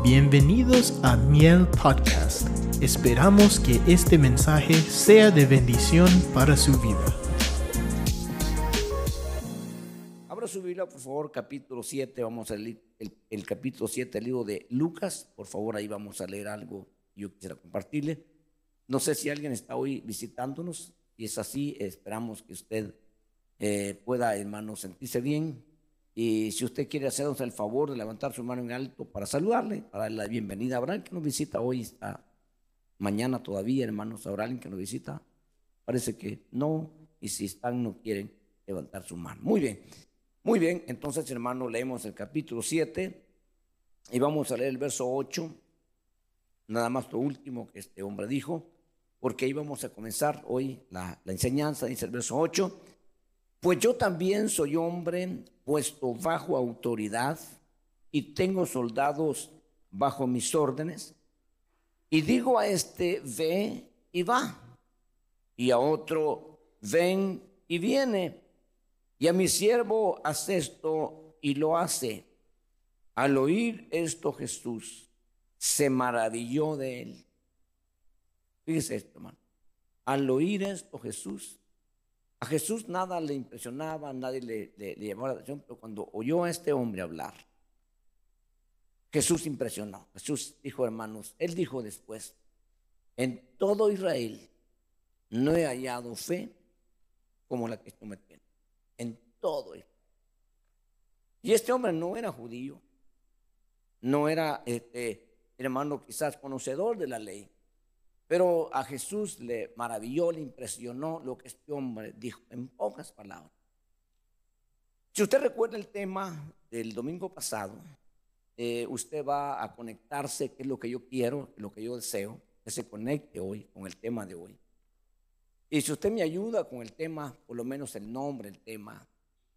Bienvenidos a Miel Podcast. Esperamos que este mensaje sea de bendición para su vida. Abra su Biblia, por favor, capítulo 7. Vamos a leer el capítulo 7 del libro de Lucas. Por favor, ahí vamos a leer algo que yo quisiera compartirle. No sé si alguien está hoy visitándonos. Y es así, esperamos que usted pueda, hermano, sentirse bien. Y si usted quiere hacernos el favor de levantar su mano en alto para saludarle, para darle la bienvenida. ¿Habrá alguien que nos visita hoy? Está mañana todavía, hermanos. ¿Habrá alguien que nos visita? Parece que no. Y si están, no quieren levantar su mano. Muy bien. Muy bien. Entonces, hermano, leemos el capítulo 7 y vamos a leer el verso 8. Nada más lo último que este hombre dijo, porque ahí vamos a comenzar hoy la enseñanza. Dice el verso 8. Pues yo también soy hombre puesto bajo autoridad y tengo soldados bajo mis órdenes. Y digo a este, ve y va. Y a otro, ven y viene. Y a mi siervo, haz esto y lo hace. Al oír esto, Jesús se maravilló de él. Fíjese esto, hermano. Al oír esto, a Jesús nada le impresionaba, nadie le llamó la atención, pero cuando oyó a este hombre hablar, Jesús impresionó. Jesús dijo, hermanos, él dijo después, en todo Israel no he hallado fe como la que tú me tienes. En todo Israel. Y este hombre no era judío, no era, hermano, quizás conocedor de la ley. Pero a Jesús le maravilló, le impresionó lo que este hombre dijo en pocas palabras. Si usted recuerda el tema del domingo pasado, usted va a conectarse, que es lo que yo quiero, lo que yo deseo, que se conecte hoy con el tema de hoy. Y si usted me ayuda con el tema, por lo menos el nombre, el tema,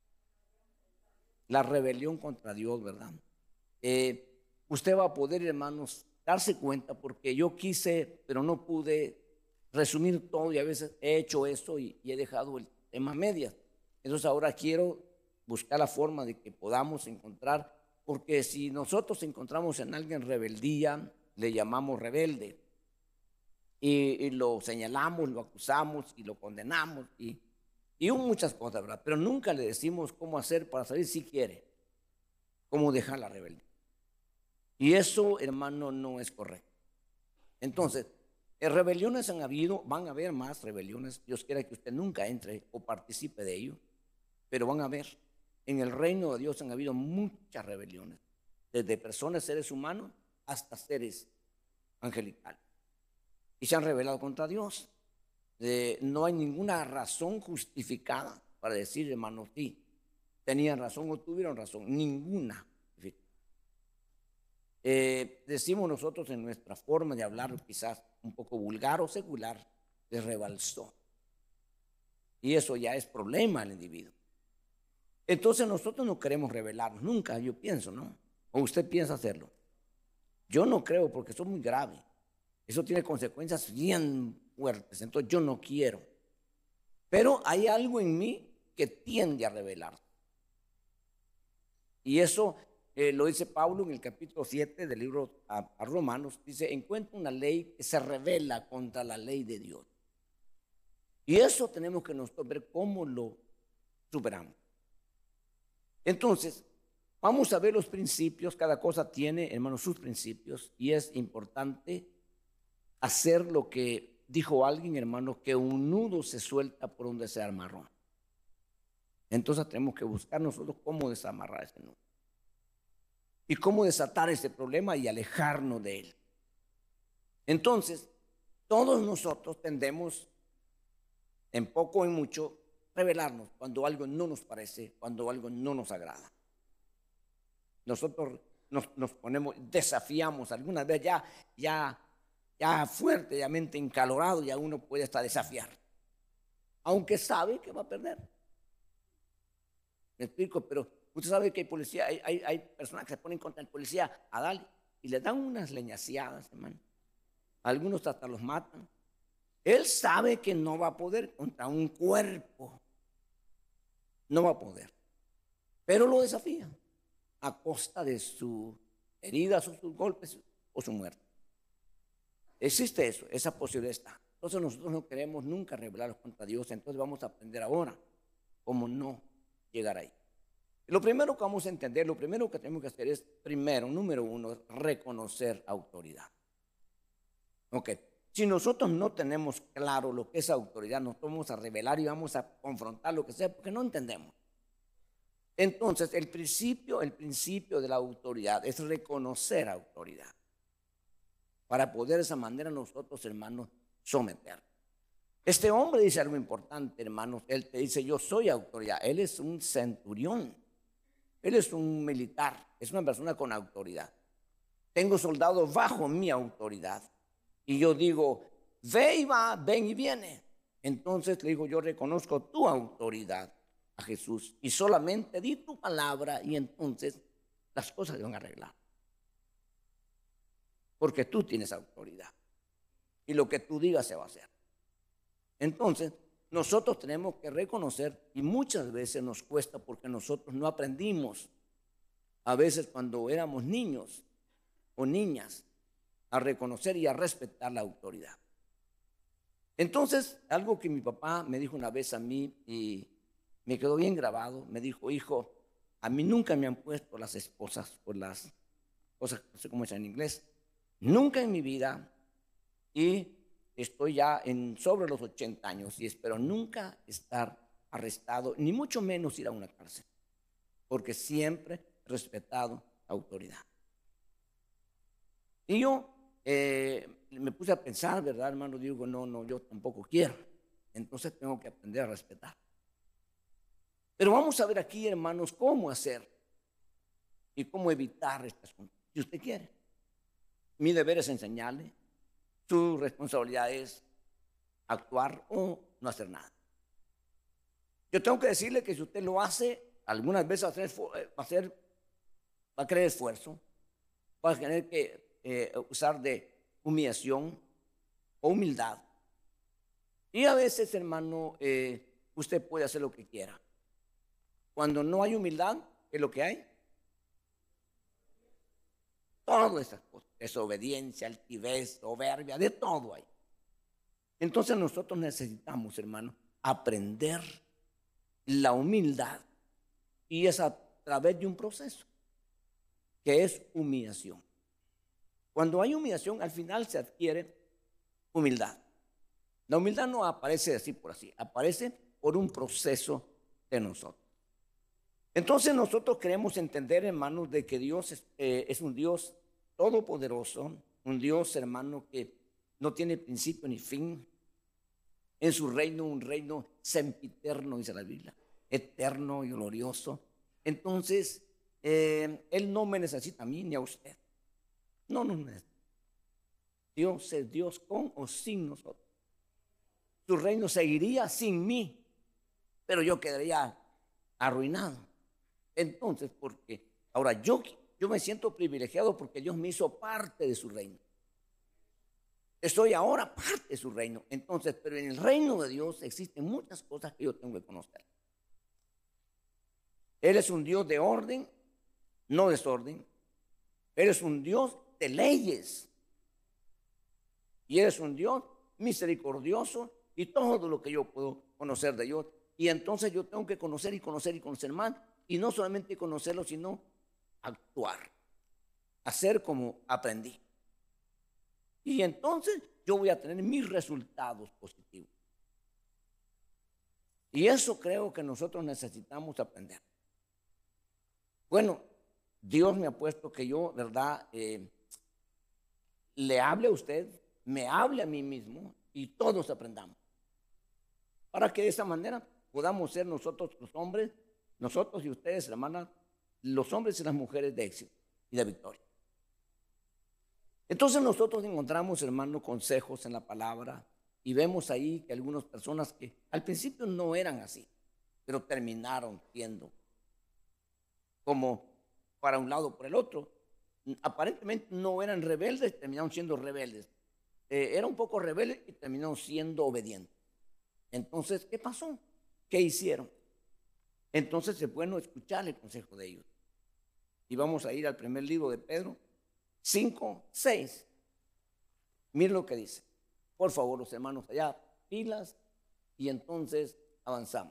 la rebelión contra Dios, ¿verdad? Usted va a poder, hermanos, darse cuenta, porque yo quise, pero no pude resumir todo y a veces he hecho eso y he dejado el tema a medias. Entonces ahora quiero buscar la forma de que podamos encontrar, porque si nosotros encontramos en alguien rebeldía, le llamamos rebelde y lo señalamos, lo acusamos y lo condenamos y muchas cosas, ¿verdad? Pero nunca le decimos cómo hacer para saber si quiere, cómo dejar la rebeldía. Y eso, hermano, no es correcto. Entonces, rebeliones han habido, van a haber más rebeliones. Dios quiera que usted nunca entre o participe de ello, pero van a haber. En el reino de Dios han habido muchas rebeliones, desde personas, seres humanos, hasta seres angelicales. Y se han rebelado contra Dios. No hay ninguna razón justificada para decir, hermano, sí, tenían razón o tuvieron razón. Ninguna. Decimos nosotros en nuestra forma de hablar, quizás un poco vulgar o secular, les rebalsó. Y eso ya es problema del individuo. Entonces nosotros no queremos rebelarnos, nunca, yo pienso, ¿no? ¿O usted piensa hacerlo? Yo no creo, porque eso es muy grave. Eso tiene consecuencias bien fuertes, entonces yo no quiero. Pero hay algo en mí que tiende a rebelarse. Y eso lo dice Pablo en el capítulo 7 del libro a Romanos. Dice, encuentra una ley que se rebela contra la ley de Dios. Y eso tenemos que nosotros ver cómo lo superamos. Entonces, vamos a ver los principios. Cada cosa tiene, hermanos, sus principios. Y es importante hacer lo que dijo alguien, hermano, que un nudo se suelta por donde se amarró. Entonces tenemos que buscar nosotros cómo desamarrar ese nudo. Y cómo desatar ese problema y alejarnos de él. Entonces, todos nosotros tendemos, en poco o en mucho, rebelarnos cuando algo no nos parece, cuando algo no nos agrada. Nosotros nos ponemos, desafiamos, alguna vez ya fuerte, ya mente encalorado, ya uno puede hasta desafiar, aunque sabe que va a perder. Me explico, pero usted sabe que hay policía, hay personas que se ponen contra el policía a darle y le dan unas leñaseadas, hermano. Algunos hasta los matan. Él sabe que no va a poder contra un cuerpo. No va a poder. Pero lo desafía a costa de su heridas o sus golpes o su muerte. Existe eso, esa posibilidad está. Entonces nosotros no queremos nunca rebelarnos contra Dios, entonces vamos a aprender ahora cómo no llegar ahí. Lo primero que vamos a entender, lo primero que tenemos que hacer es, número uno, reconocer autoridad. Ok, si nosotros no tenemos claro lo que es autoridad, nos vamos a rebelar y vamos a confrontar lo que sea, porque no entendemos. Entonces, el principio de la autoridad es reconocer autoridad, para poder de esa manera nosotros, hermanos, someter. Este hombre dice algo importante, hermanos. Él te dice, yo soy autoridad. Él es un centurión. Él es un militar. Es una persona con autoridad. Tengo soldados bajo mi autoridad. Y yo digo, ve y va, ven y viene. Entonces le digo, yo reconozco tu autoridad a Jesús. Y solamente di tu palabra y entonces las cosas se van a arreglar. Porque tú tienes autoridad. Y lo que tú digas se va a hacer. Entonces, nosotros tenemos que reconocer, y muchas veces nos cuesta porque nosotros no aprendimos, a veces cuando éramos niños o niñas, a reconocer y a respetar la autoridad. Entonces, algo que mi papá me dijo una vez a mí y me quedó bien grabado, me dijo, hijo, a mí nunca me han puesto las esposas por las cosas, no sé cómo es en inglés, nunca en mi vida, y estoy ya sobre los 80 años y espero nunca estar arrestado, ni mucho menos ir a una cárcel, porque siempre he respetado autoridad. Y yo me puse a pensar, ¿verdad, hermano? Digo, no, yo tampoco quiero. Entonces tengo que aprender a respetar. Pero vamos a ver aquí, hermanos, cómo hacer y cómo evitar estas cosas, si usted quiere. Mi deber es enseñarle. Su responsabilidad es actuar o no hacer nada. Yo tengo que decirle que si usted lo hace, algunas veces va a querer esfuerzo, va a tener que usar de humillación o humildad. Y a veces, hermano, usted puede hacer lo que quiera. Cuando no hay humildad, ¿qué es lo que hay? Todas esas cosas, desobediencia, altivez, soberbia, de todo hay. Entonces nosotros necesitamos, hermano, aprender la humildad, y es a través de un proceso que es humillación. Cuando hay humillación, al final se adquiere humildad. La humildad no aparece así por así, aparece por un proceso de nosotros. Entonces nosotros queremos entender, hermanos, de que Dios es un Dios todopoderoso, un Dios, hermano, que no tiene principio ni fin. En su reino, un reino sempiterno, dice la Biblia, eterno y glorioso. Entonces, Él no me necesita a mí ni a usted. No nos necesita. Dios es Dios con o sin nosotros. Su reino seguiría sin mí, pero yo quedaría arruinado. Entonces, porque ahora yo me siento privilegiado porque Dios me hizo parte de su reino. Estoy ahora parte de su reino. Entonces, pero en el reino de Dios existen muchas cosas que yo tengo que conocer. Él es un Dios de orden, no desorden. Él es un Dios de leyes. Y Él es un Dios misericordioso y todo lo que yo puedo conocer de Dios. Y entonces yo tengo que conocer y conocer y conocer más. Y no solamente conocerlo, sino actuar. Hacer como aprendí. Y entonces yo voy a tener mis resultados positivos. Y eso creo que nosotros necesitamos aprender. Bueno, Dios me ha puesto que yo, ¿verdad? Le hable a usted, me hable a mí mismo y todos aprendamos. Para que de esa manera podamos ser nosotros los hombres, nosotros y ustedes, hermanas, los hombres y las mujeres de éxito y de victoria. Entonces nosotros encontramos, hermano, consejos en la palabra y vemos ahí que algunas personas que al principio no eran así, pero terminaron siendo como para un lado o por el otro. Aparentemente no eran rebeldes, terminaron siendo rebeldes. Era un poco rebelde y terminaron siendo obedientes. Entonces, ¿qué pasó? ¿Qué hicieron? Entonces es bueno escuchar el consejo de ellos. Y vamos a ir al primer libro de Pedro, 5, 6. Miren lo que dice. Por favor, los hermanos allá, pilas, y entonces avanzamos.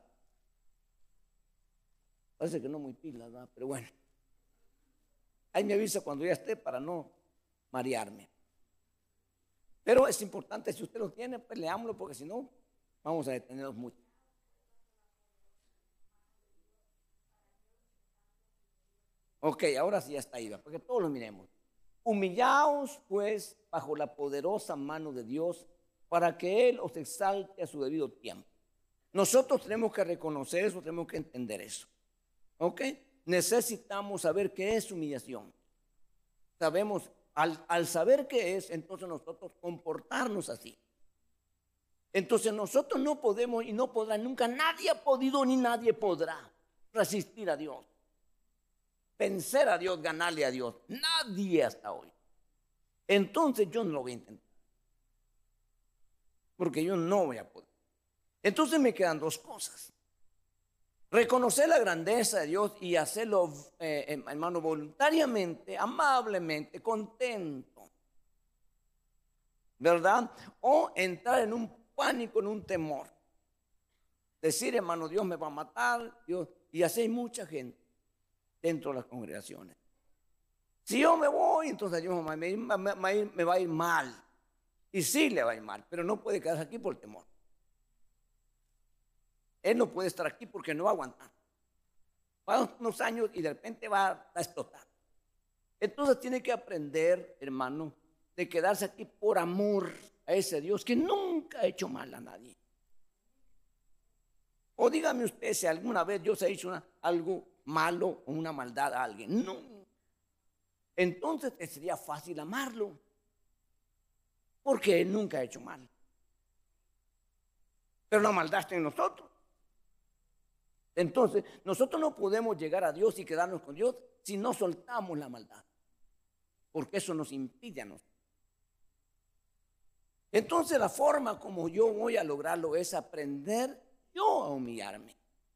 Parece que no muy pilas, ¿verdad? Pero bueno. Ahí me avisa cuando ya esté para no marearme. Pero es importante, si usted lo tiene, pues leámoslo, porque si no, vamos a detenernos mucho. Ok, ahora sí ya está ahí, porque todos lo miremos. Humillaos pues bajo la poderosa mano de Dios para que Él os exalte a su debido tiempo. Nosotros tenemos que reconocer eso, tenemos que entender eso. ¿Ok? Necesitamos saber qué es humillación. Sabemos, al saber qué es, entonces nosotros comportarnos así. Entonces nosotros no podemos y no podrá, nunca nadie ha podido ni nadie podrá resistir a Dios. Vencer a Dios, ganarle a Dios. Nadie hasta hoy. Entonces yo no lo voy a intentar. Porque yo no voy a poder. Entonces me quedan dos cosas. Reconocer la grandeza de Dios y hacerlo, hermano, voluntariamente, amablemente, contento. ¿Verdad? O entrar en un pánico, en un temor. Decir, hermano, Dios me va a matar. Dios, y así hay mucha gente dentro de las congregaciones. Si yo me voy, entonces Dios me va a ir mal. Y sí le va a ir mal, pero no puede quedarse aquí por temor. Él no puede estar aquí porque no va a aguantar. Va unos años y de repente va a explotar. Entonces tiene que aprender, hermano, de quedarse aquí por amor a ese Dios que nunca ha hecho mal a nadie. O dígame usted si alguna vez Dios ha hecho algo malo o una maldad a alguien. No. Entonces sería fácil amarlo, porque Él nunca ha hecho mal. Pero la maldad está en nosotros. Entonces, nosotros no podemos llegar a Dios y quedarnos con Dios si no soltamos la maldad, porque eso nos impide a nosotros. Entonces, la forma como yo voy a lograrlo es aprender yo a humillarme.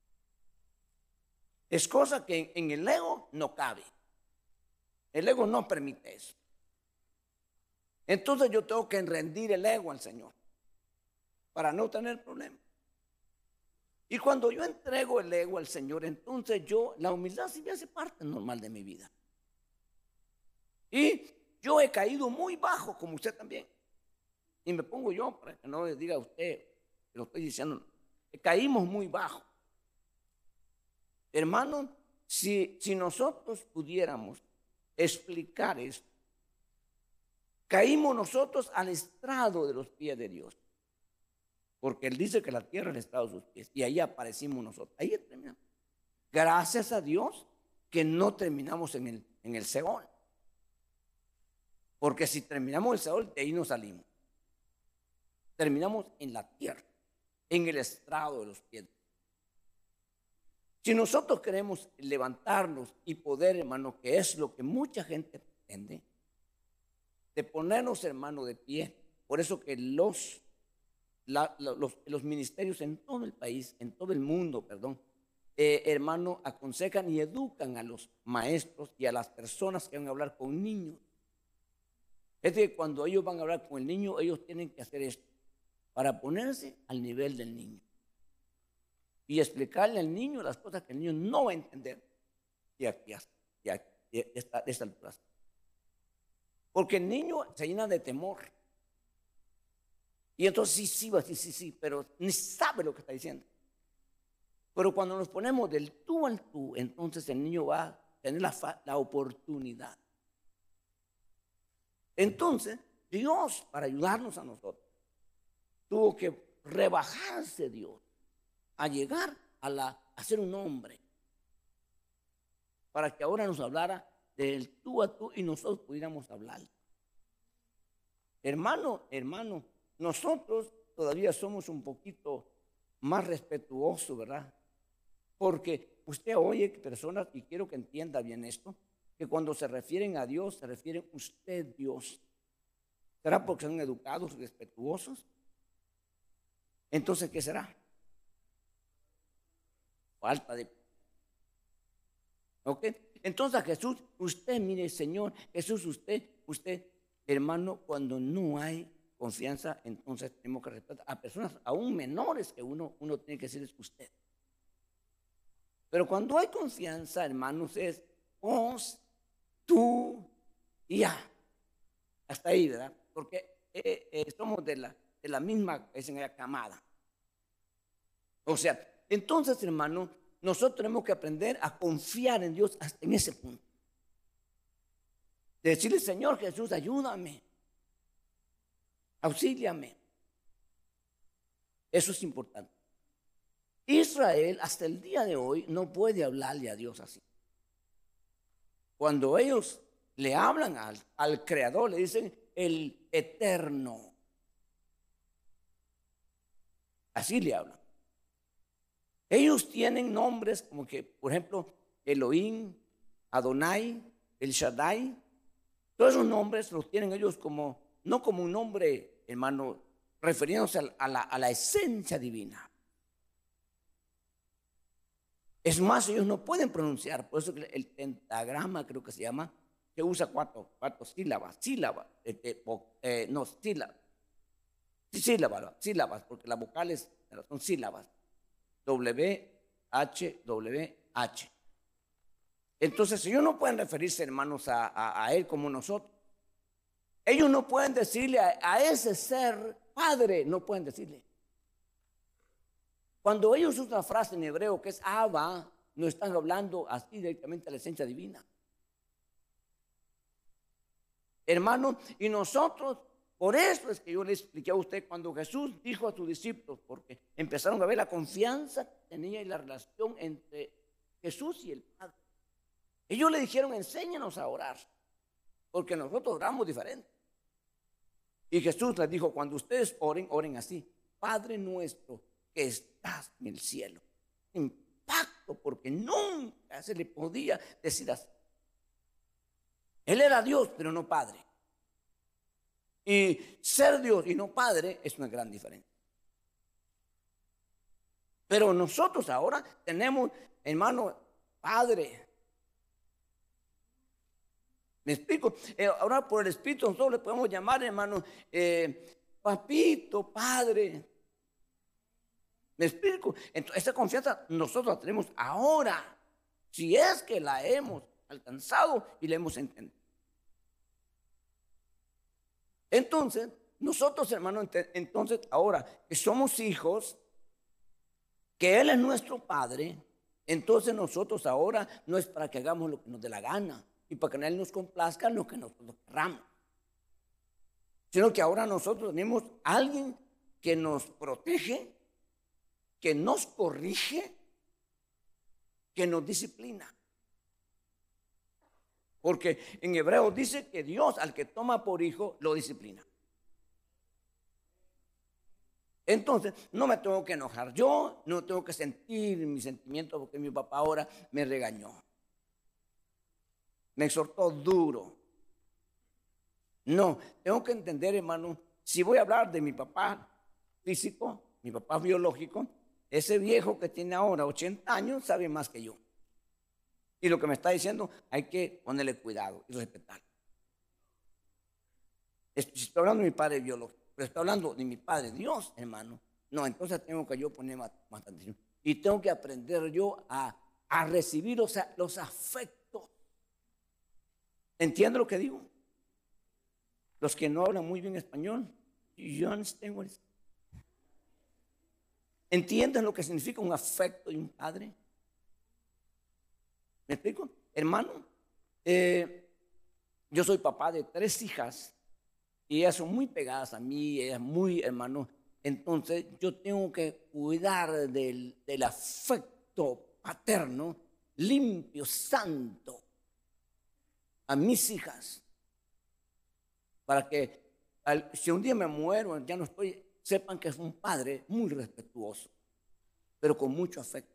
Es cosa que en el ego no cabe. El ego no permite eso. Entonces yo tengo que rendir el ego al Señor para no tener problemas. Y cuando yo entrego el ego al Señor, entonces la humildad sí me hace parte normal de mi vida. Y yo he caído muy bajo, como usted también. Y me pongo yo, para que no le diga a usted, que lo estoy diciendo, caímos muy bajo. Hermano, si nosotros pudiéramos explicar esto, caímos nosotros al estrado de los pies de Dios. Porque Él dice que la tierra es el estrado de sus pies. Y ahí aparecimos nosotros. Ahí terminamos. Gracias a Dios que no terminamos en el Seol. Porque si terminamos el Seol, de ahí no salimos. Terminamos en la tierra, en el estrado de los pies. Si nosotros queremos levantarnos y poder, hermano, que es lo que mucha gente pretende, de ponernos, hermano, de pie. Por eso que los ministerios en todo el país, en todo el mundo, hermano, aconsejan y educan a los maestros y a las personas que van a hablar con niños. Es que cuando ellos van a hablar con el niño, ellos tienen que hacer esto para ponerse al nivel del niño y explicarle al niño las cosas que el niño no va a entender de esta altura. Porque el niño se llena de temor. Y entonces sí, pero ni sabe lo que está diciendo. Pero cuando nos ponemos del tú al tú, entonces el niño va a tener la oportunidad. Entonces, Dios, para ayudarnos a nosotros, tuvo que rebajarse Dios a llegar a ser un hombre, para que ahora nos hablara del tú a tú y nosotros pudiéramos hablar. Hermano, nosotros todavía somos un poquito más respetuosos, ¿verdad? Porque usted oye personas, y quiero que entienda bien esto, que cuando se refieren a Dios, se refieren usted Dios. ¿Será porque son educados, respetuosos? Entonces, ¿qué será? Falta de... ¿Ok? Entonces a Jesús, usted, mire, Señor, Jesús, usted, hermano, cuando no hay confianza, entonces tenemos que respetar a personas aún menores que uno tiene que decirles usted. Pero cuando hay confianza, hermanos, es vos, tú y ya. Hasta ahí, ¿verdad? Porque somos de la misma, dicen allá, camada. O sea, entonces, hermano, nosotros tenemos que aprender a confiar en Dios hasta en ese punto. De decirle, Señor Jesús, ayúdame, auxíliame. Eso es importante. Israel hasta el día de hoy no puede hablarle a Dios así. Cuando ellos le hablan al Creador, le dicen el Eterno. Así le hablan. Ellos tienen nombres como que, por ejemplo, Elohim, Adonai, El Shaddai. Todos esos nombres los tienen ellos como, no como un nombre, hermano, refiriéndose a la esencia divina. Es más, ellos no pueden pronunciar, por eso el pentagrama creo que se llama, que usa cuatro sílabas, sílabas, porque las vocales son sílabas. W, H, W, H. Entonces ellos no pueden referirse, hermanos, a él como nosotros. Ellos no pueden decirle a ese ser padre, no pueden decirle. Cuando ellos usan la frase en hebreo que es Abba, no están hablando así directamente a la esencia divina. Hermano, y nosotros, por eso es que yo le expliqué a usted cuando Jesús dijo a sus discípulos, porque empezaron a ver la confianza que tenía y la relación entre Jesús y el Padre. Ellos le dijeron, enséñanos a orar, porque nosotros oramos diferente. Y Jesús les dijo, cuando ustedes oren, oren así: Padre nuestro que estás en el cielo. Impacto, porque nunca se le podía decir así. Él era Dios, pero no Padre. Y ser Dios y no Padre es una gran diferencia. Pero nosotros ahora tenemos, hermano, Padre. ¿Me explico? Ahora por el Espíritu nosotros le podemos llamar, hermano, papito, Padre. ¿Me explico? Entonces, esa confianza nosotros la tenemos ahora, si es que la hemos alcanzado y la hemos entendido. Entonces, nosotros, hermano, entonces ahora que somos hijos, que Él es nuestro Padre, entonces nosotros ahora no es para que hagamos lo que nos dé la gana y para que Él nos complazca lo que nosotros querramos, sino que ahora nosotros tenemos a alguien que nos protege, que nos corrige, que nos disciplina. Porque en hebreo dice que Dios al que toma por hijo lo disciplina. Entonces no me tengo que enojar yo, no tengo que sentir mis sentimientos porque mi papá ahora me regañó, me exhortó duro. No, tengo que entender, hermano, si voy a hablar de mi papá físico, mi papá biológico, ese viejo que tiene ahora 80 años sabe más que yo. Y lo que me está diciendo hay que ponerle cuidado y respetarlo. Estoy hablando de mi padre biológico, pero estoy hablando de mi padre Dios, hermano. No, entonces tengo que yo poner más atención. Y tengo que aprender yo a recibir los afectos. ¿Entiende lo que digo? Los que no hablan muy bien español, yo understand what it is. ¿Entienden lo que significa un afecto de un padre? ¿Me explico? Hermano, yo soy papá de 3 hijas y ellas son muy pegadas a mí, ellas muy, hermano. Entonces yo tengo que cuidar del afecto paterno, limpio, santo, a mis hijas, para que si un día me muero, ya no estoy, sepan que es un padre muy respetuoso, pero con mucho afecto.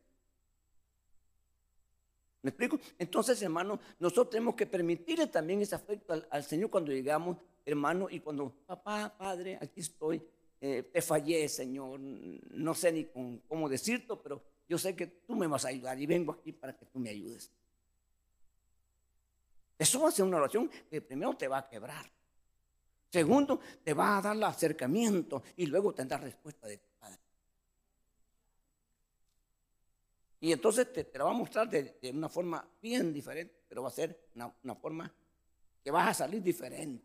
¿Me explico? Entonces, hermano, nosotros tenemos que permitirle también ese afecto al Señor cuando llegamos, hermano, y cuando, papá, padre, aquí estoy, te fallé, Señor, no sé ni cómo decirlo, pero yo sé que tú me vas a ayudar y vengo aquí para que tú me ayudes. Eso va a ser una oración que primero te va a quebrar. Segundo, te va a dar el acercamiento y luego tendrás respuesta de tu Padre. Y entonces te la va a mostrar de una forma bien diferente, pero va a ser una forma que vas a salir diferente.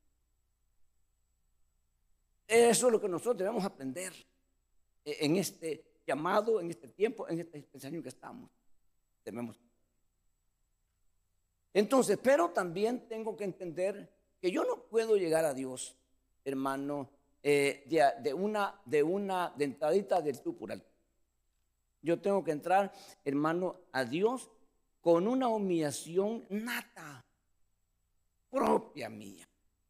Eso es lo que nosotros debemos aprender en este llamado, en este tiempo, en este dispensario que estamos. Debemos. Entonces, pero también tengo que entender que yo no puedo llegar a Dios, hermano, de entradita del tú por alto. Yo tengo que entrar, hermano, a Dios con una humillación nata, propia mía.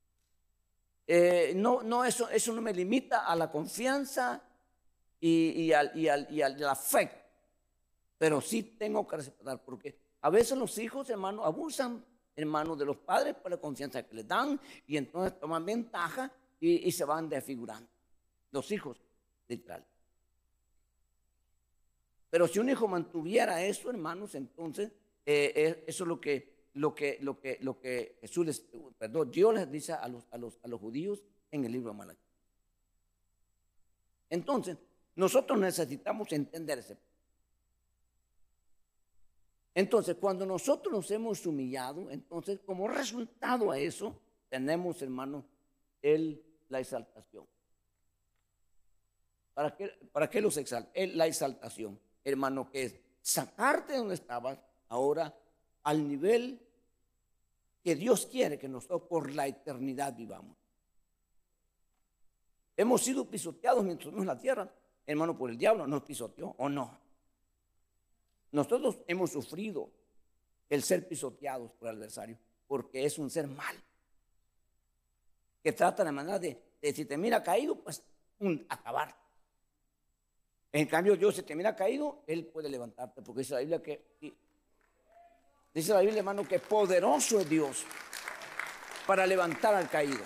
Eso no me limita a la confianza y a la fe, pero sí tengo que respetar, porque a veces los hijos, hermano, abusan, hermano, de los padres por la confianza que les dan y entonces toman ventaja y se van desfigurando. Los hijos, literal. Pero si un hijo mantuviera eso, hermanos, entonces eso es lo que Jesús Dios les dice a los judíos en el libro de Malaquías. Entonces, nosotros necesitamos entender ese. Entonces, cuando nosotros nos hemos humillado, entonces, como resultado a eso, tenemos, hermano, la exaltación. ¿Para qué los exalta? La exaltación, hermano, que es sacarte de donde estabas ahora al nivel que Dios quiere que nosotros por la eternidad vivamos. Hemos sido pisoteados mientras estuvimos en la tierra, hermano, por el diablo. ¿Nos pisoteó o no? Nosotros hemos sufrido el ser pisoteados por el adversario, porque es un ser malo, que trata de manera de si te mira caído, pues acabar. En cambio, Dios, si te mira caído, Él puede levantarte, porque dice la Biblia, hermano, que poderoso es Dios para levantar al caído.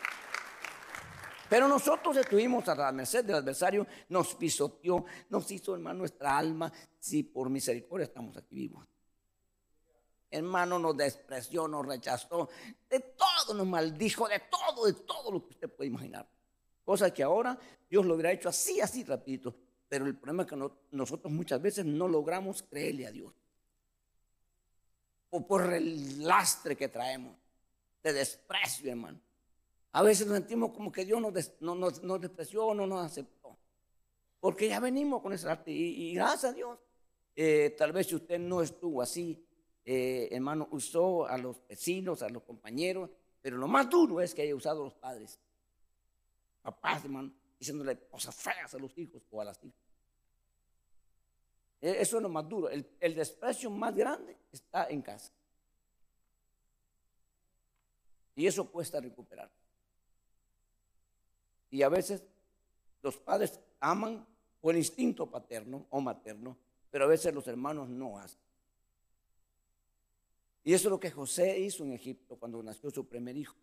Pero nosotros estuvimos a la merced del adversario, nos pisoteó, nos hizo, hermano, nuestra alma. Si por misericordia estamos aquí vivos. Hermano, nos despreció, nos rechazó, de todo nos maldijo, de todo lo que usted puede imaginar. Cosa que ahora Dios lo hubiera hecho así rapidito. Pero el problema es que nosotros muchas veces no logramos creerle a Dios. O por el lastre que traemos de desprecio, hermano. A veces nos sentimos como que Dios nos despreció, no nos aceptó. Porque ya venimos con ese arte y gracias a Dios. Tal vez si usted no estuvo así, hermano, usó a los vecinos, a los compañeros, pero lo más duro es que haya usado a los padres, papás, hermano, diciéndole cosas feas a los hijos o a las hijas. Eso es lo más duro. El desprecio más grande está en casa. Y eso cuesta recuperar. Y a veces los padres aman por instinto paterno o materno, pero a veces los hermanos no hacen. Y eso es lo que José hizo en Egipto cuando nació su primer hijo.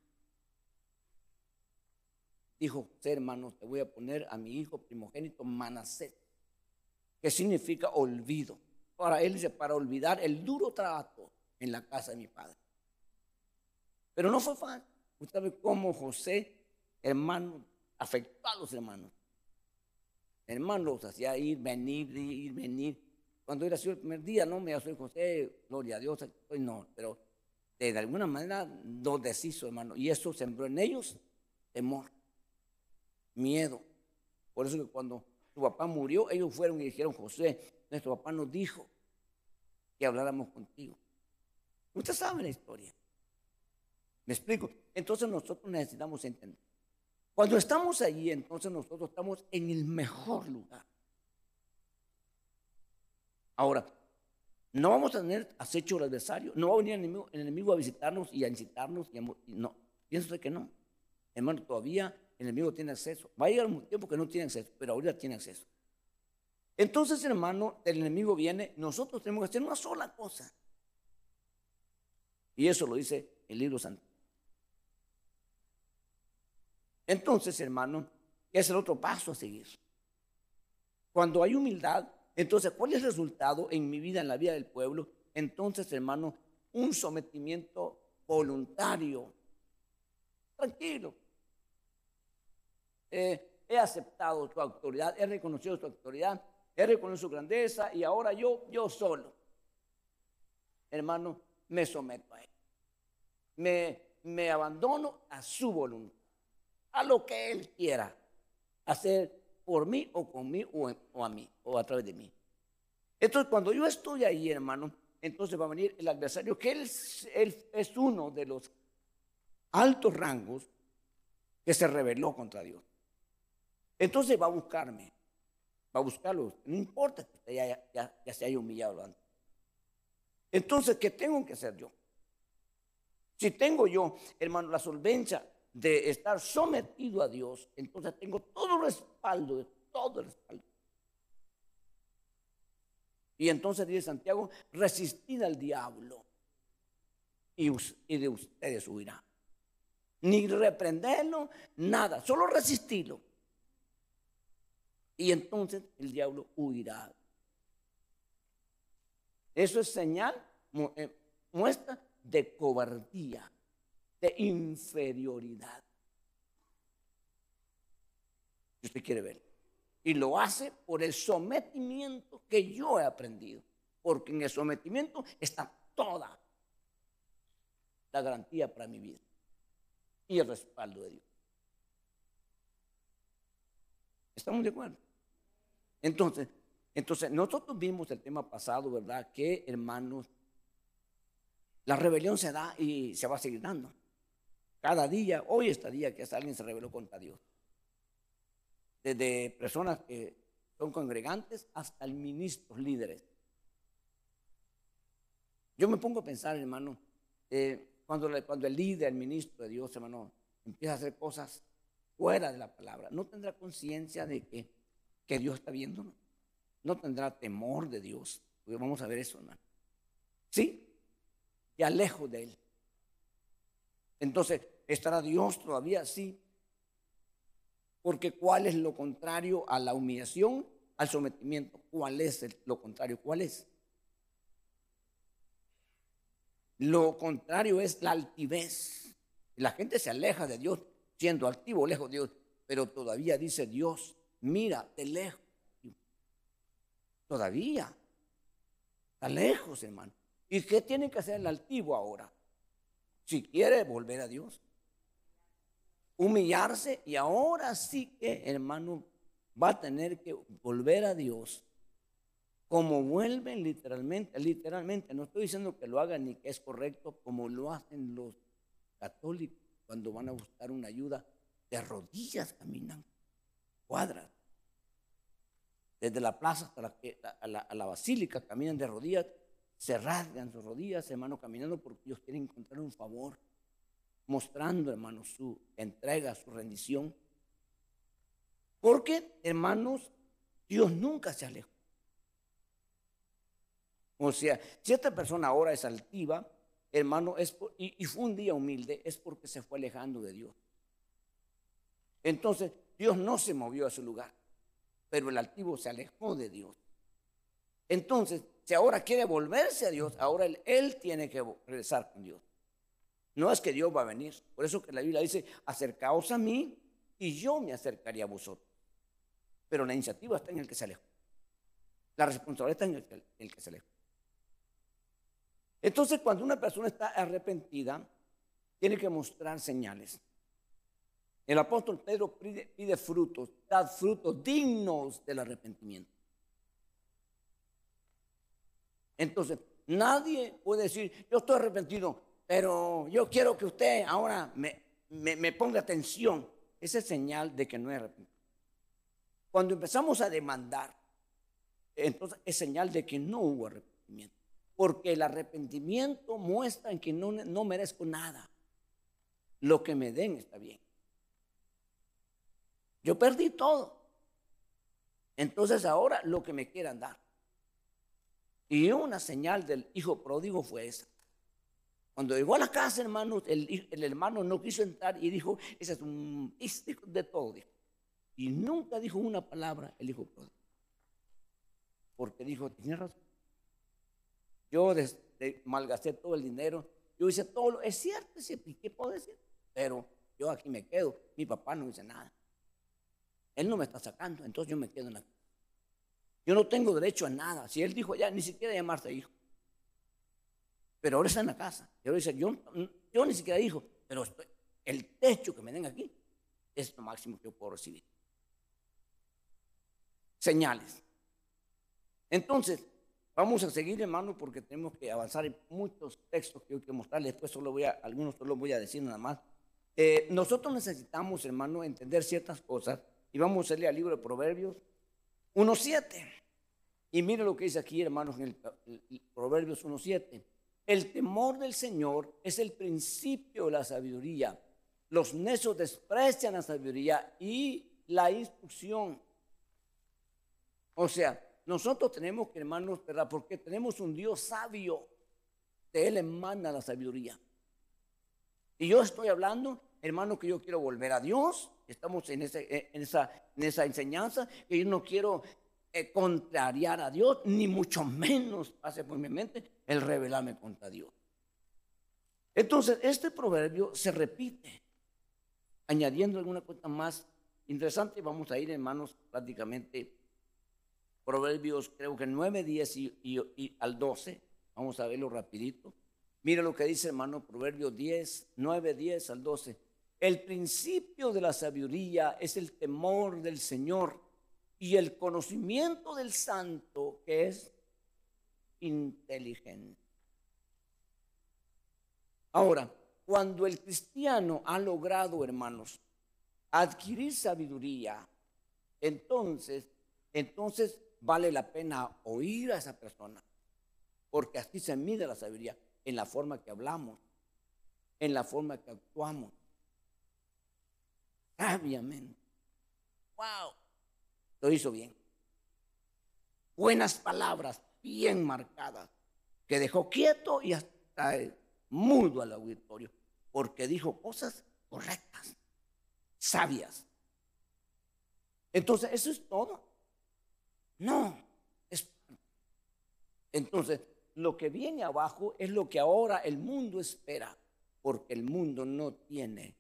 Dijo: José, hermano, te voy a poner a mi hijo primogénito Manasés, que significa olvido. Para él dice, para olvidar el duro trato en la casa de mi padre. Pero no fue fácil. Usted sabe cómo José, hermano, afectó a los hermanos. Hermanos los hacía ir, venir. Cuando era así el primer día, no me soy José, gloria a Dios, no, pero de alguna manera los deshizo, hermano. Y eso sembró en ellos temor, miedo. Por eso que cuando su papá murió, ellos fueron y dijeron: José, nuestro papá nos dijo que habláramos contigo. Usted sabe la historia. ¿Me explico? Entonces nosotros necesitamos entender. Cuando estamos allí, entonces nosotros estamos en el mejor lugar. Ahora, no vamos a tener acecho al adversario, no va a venir el enemigo a visitarnos y a incitarnos. No, pienso que no. Hermano, todavía el enemigo tiene acceso. Va a llegar un tiempo que no tiene acceso, pero ahorita tiene acceso. Entonces, hermano, el enemigo viene, nosotros tenemos que hacer una sola cosa. Y eso lo dice el libro santo. Entonces, hermano, es el otro paso a seguir. Cuando hay humildad, entonces, ¿cuál es el resultado en mi vida, en la vida del pueblo? Entonces, hermano, un sometimiento voluntario, tranquilo. He aceptado tu autoridad, he reconocido tu autoridad, he reconocido su grandeza y ahora yo solo, hermano, me someto a él. Me abandono a su voluntad, a lo que él quiera hacer por mí o conmigo o a mí o a través de mí. Entonces, cuando yo estoy ahí, hermano, entonces va a venir el adversario, que él es uno de los altos rangos que se rebeló contra Dios. Entonces va a buscarme, va a buscarlo, no importa que usted ya se haya humillado antes. Entonces, ¿qué tengo que hacer yo? Si tengo yo, hermano, la solvencia de estar sometido a Dios, entonces tengo todo el respaldo, todo el respaldo. Y entonces dice Santiago, resistid al diablo y de ustedes huirá. Ni reprenderlo, nada, solo resistirlo. Y entonces el diablo huirá. Eso es señal, muestra de cobardía, de inferioridad. Si usted quiere ver. Y lo hace por el sometimiento que yo he aprendido. Porque en el sometimiento está toda la garantía para mi vida. Y el respaldo de Dios. ¿Estamos de acuerdo? Entonces nosotros vimos el tema pasado, ¿verdad? Que, hermanos, la rebelión se da y se va a seguir dando. Cada día, hoy está día que alguien se rebeló contra Dios. Desde personas que son congregantes hasta el ministros, líderes. Yo me pongo a pensar, hermano, cuando el líder, el ministro de Dios, hermano, empieza a hacer cosas fuera de la palabra, no tendrá conciencia de que Dios está viéndonos. No tendrá temor de Dios. Porque vamos a ver eso, hermano. Sí, ya lejos de él. Entonces, ¿estará Dios todavía? Sí. Porque ¿cuál es lo contrario a la humillación, al sometimiento? ¿Cuál es lo contrario? ¿Cuál es? Lo contrario es la altivez. La gente se aleja de Dios siendo altivo, lejos de Dios, pero todavía dice Dios, mira, de lejos. Todavía está lejos, hermano. ¿Y qué tiene que hacer el altivo ahora? Si quiere volver a Dios, humillarse, y ahora sí que, hermano, va a tener que volver a Dios como vuelven literalmente, no estoy diciendo que lo hagan ni que es correcto, como lo hacen los católicos cuando van a buscar una ayuda, de rodillas caminan cuadras. Desde la plaza hasta la basílica caminan de rodillas, se rasgan sus rodillas, hermano, caminando porque ellos quieren encontrar un favor, mostrando, hermano, su entrega, su rendición. Porque, hermanos, Dios nunca se alejó. O sea, si esta persona ahora es altiva, hermano, y fue un día humilde, es porque se fue alejando de Dios. Entonces, Dios no se movió a su lugar, pero el altivo se alejó de Dios. Entonces, si ahora quiere volverse a Dios, ahora él tiene que regresar con Dios. No es que Dios va a venir. Por eso que la Biblia dice, acercaos a mí y yo me acercaré a vosotros. Pero la iniciativa está en el que se alejó. La responsabilidad está en el que se alejó. Entonces, cuando una persona está arrepentida, tiene que mostrar señales. El apóstol Pedro pide frutos, dad frutos dignos del arrepentimiento. Entonces, nadie puede decir, yo estoy arrepentido, pero yo quiero que usted ahora me ponga atención. Esa es señal de que no es arrepentido. Cuando empezamos a demandar, entonces es señal de que no hubo arrepentimiento. Porque el arrepentimiento muestra en que no merezco nada. Lo que me den está bien. Yo perdí todo. Entonces ahora lo que me quieran dar. Y una señal del hijo pródigo fue esa. Cuando llegó a la casa, hermano, el hermano no quiso entrar y dijo, ese es un hijo de todo, dijo. Y nunca dijo una palabra el hijo pródigo. Porque dijo, tiene razón. Yo malgasté todo el dinero Yo hice todo, es cierto, ¿y qué puedo decir? Pero yo aquí me quedo, mi papá no dice nada. Él no me está sacando, entonces yo me quedo en la casa. Yo no tengo derecho a nada. Si él dijo ya, ni siquiera llamarse hijo. Pero ahora está en la casa. Y ahora dice, yo ni siquiera hijo, pero el techo que me den aquí es lo máximo que yo puedo recibir. Señales. Entonces, vamos a seguir, hermano, porque tenemos que avanzar en muchos textos que yo quiero mostrarles. Después algunos solo voy a decir nada más. Nosotros necesitamos, hermano, entender ciertas cosas. Y vamos a leer el libro de Proverbios 1:7. Y mire lo que dice aquí, hermanos, en el Proverbios 1:7. El temor del Señor es el principio de la sabiduría. Los necios desprecian la sabiduría y la instrucción. O sea, nosotros tenemos que, hermanos, ¿verdad? Porque tenemos un Dios sabio. De Él emana la sabiduría. Y yo estoy hablando, hermano, que yo quiero volver a Dios. Estamos en esa enseñanza, que yo no quiero contrariar a Dios, ni mucho menos pase por mi mente el rebelarme contra Dios. Entonces, este proverbio se repite, añadiendo alguna cosa más interesante. Vamos a ir, hermanos, prácticamente Proverbios, creo que 9, 10 y al 12. Vamos a verlo rapidito. Mira lo que dice, hermano, Proverbios 9, 10 al 12. El principio de la sabiduría es el temor del Señor, y el conocimiento del santo, que es inteligente. Ahora, cuando el cristiano ha logrado, hermanos, adquirir sabiduría, entonces vale la pena oír a esa persona, porque así se mide la sabiduría, en la forma que hablamos, en la forma que actuamos, sabiamente. ¡Wow! Lo hizo bien. Buenas palabras, bien marcadas, que dejó quieto y hasta mudo al auditorio, porque dijo cosas correctas, sabias. Entonces, ¿eso es todo? No. Entonces, lo que viene abajo es lo que ahora el mundo espera, porque el mundo no tiene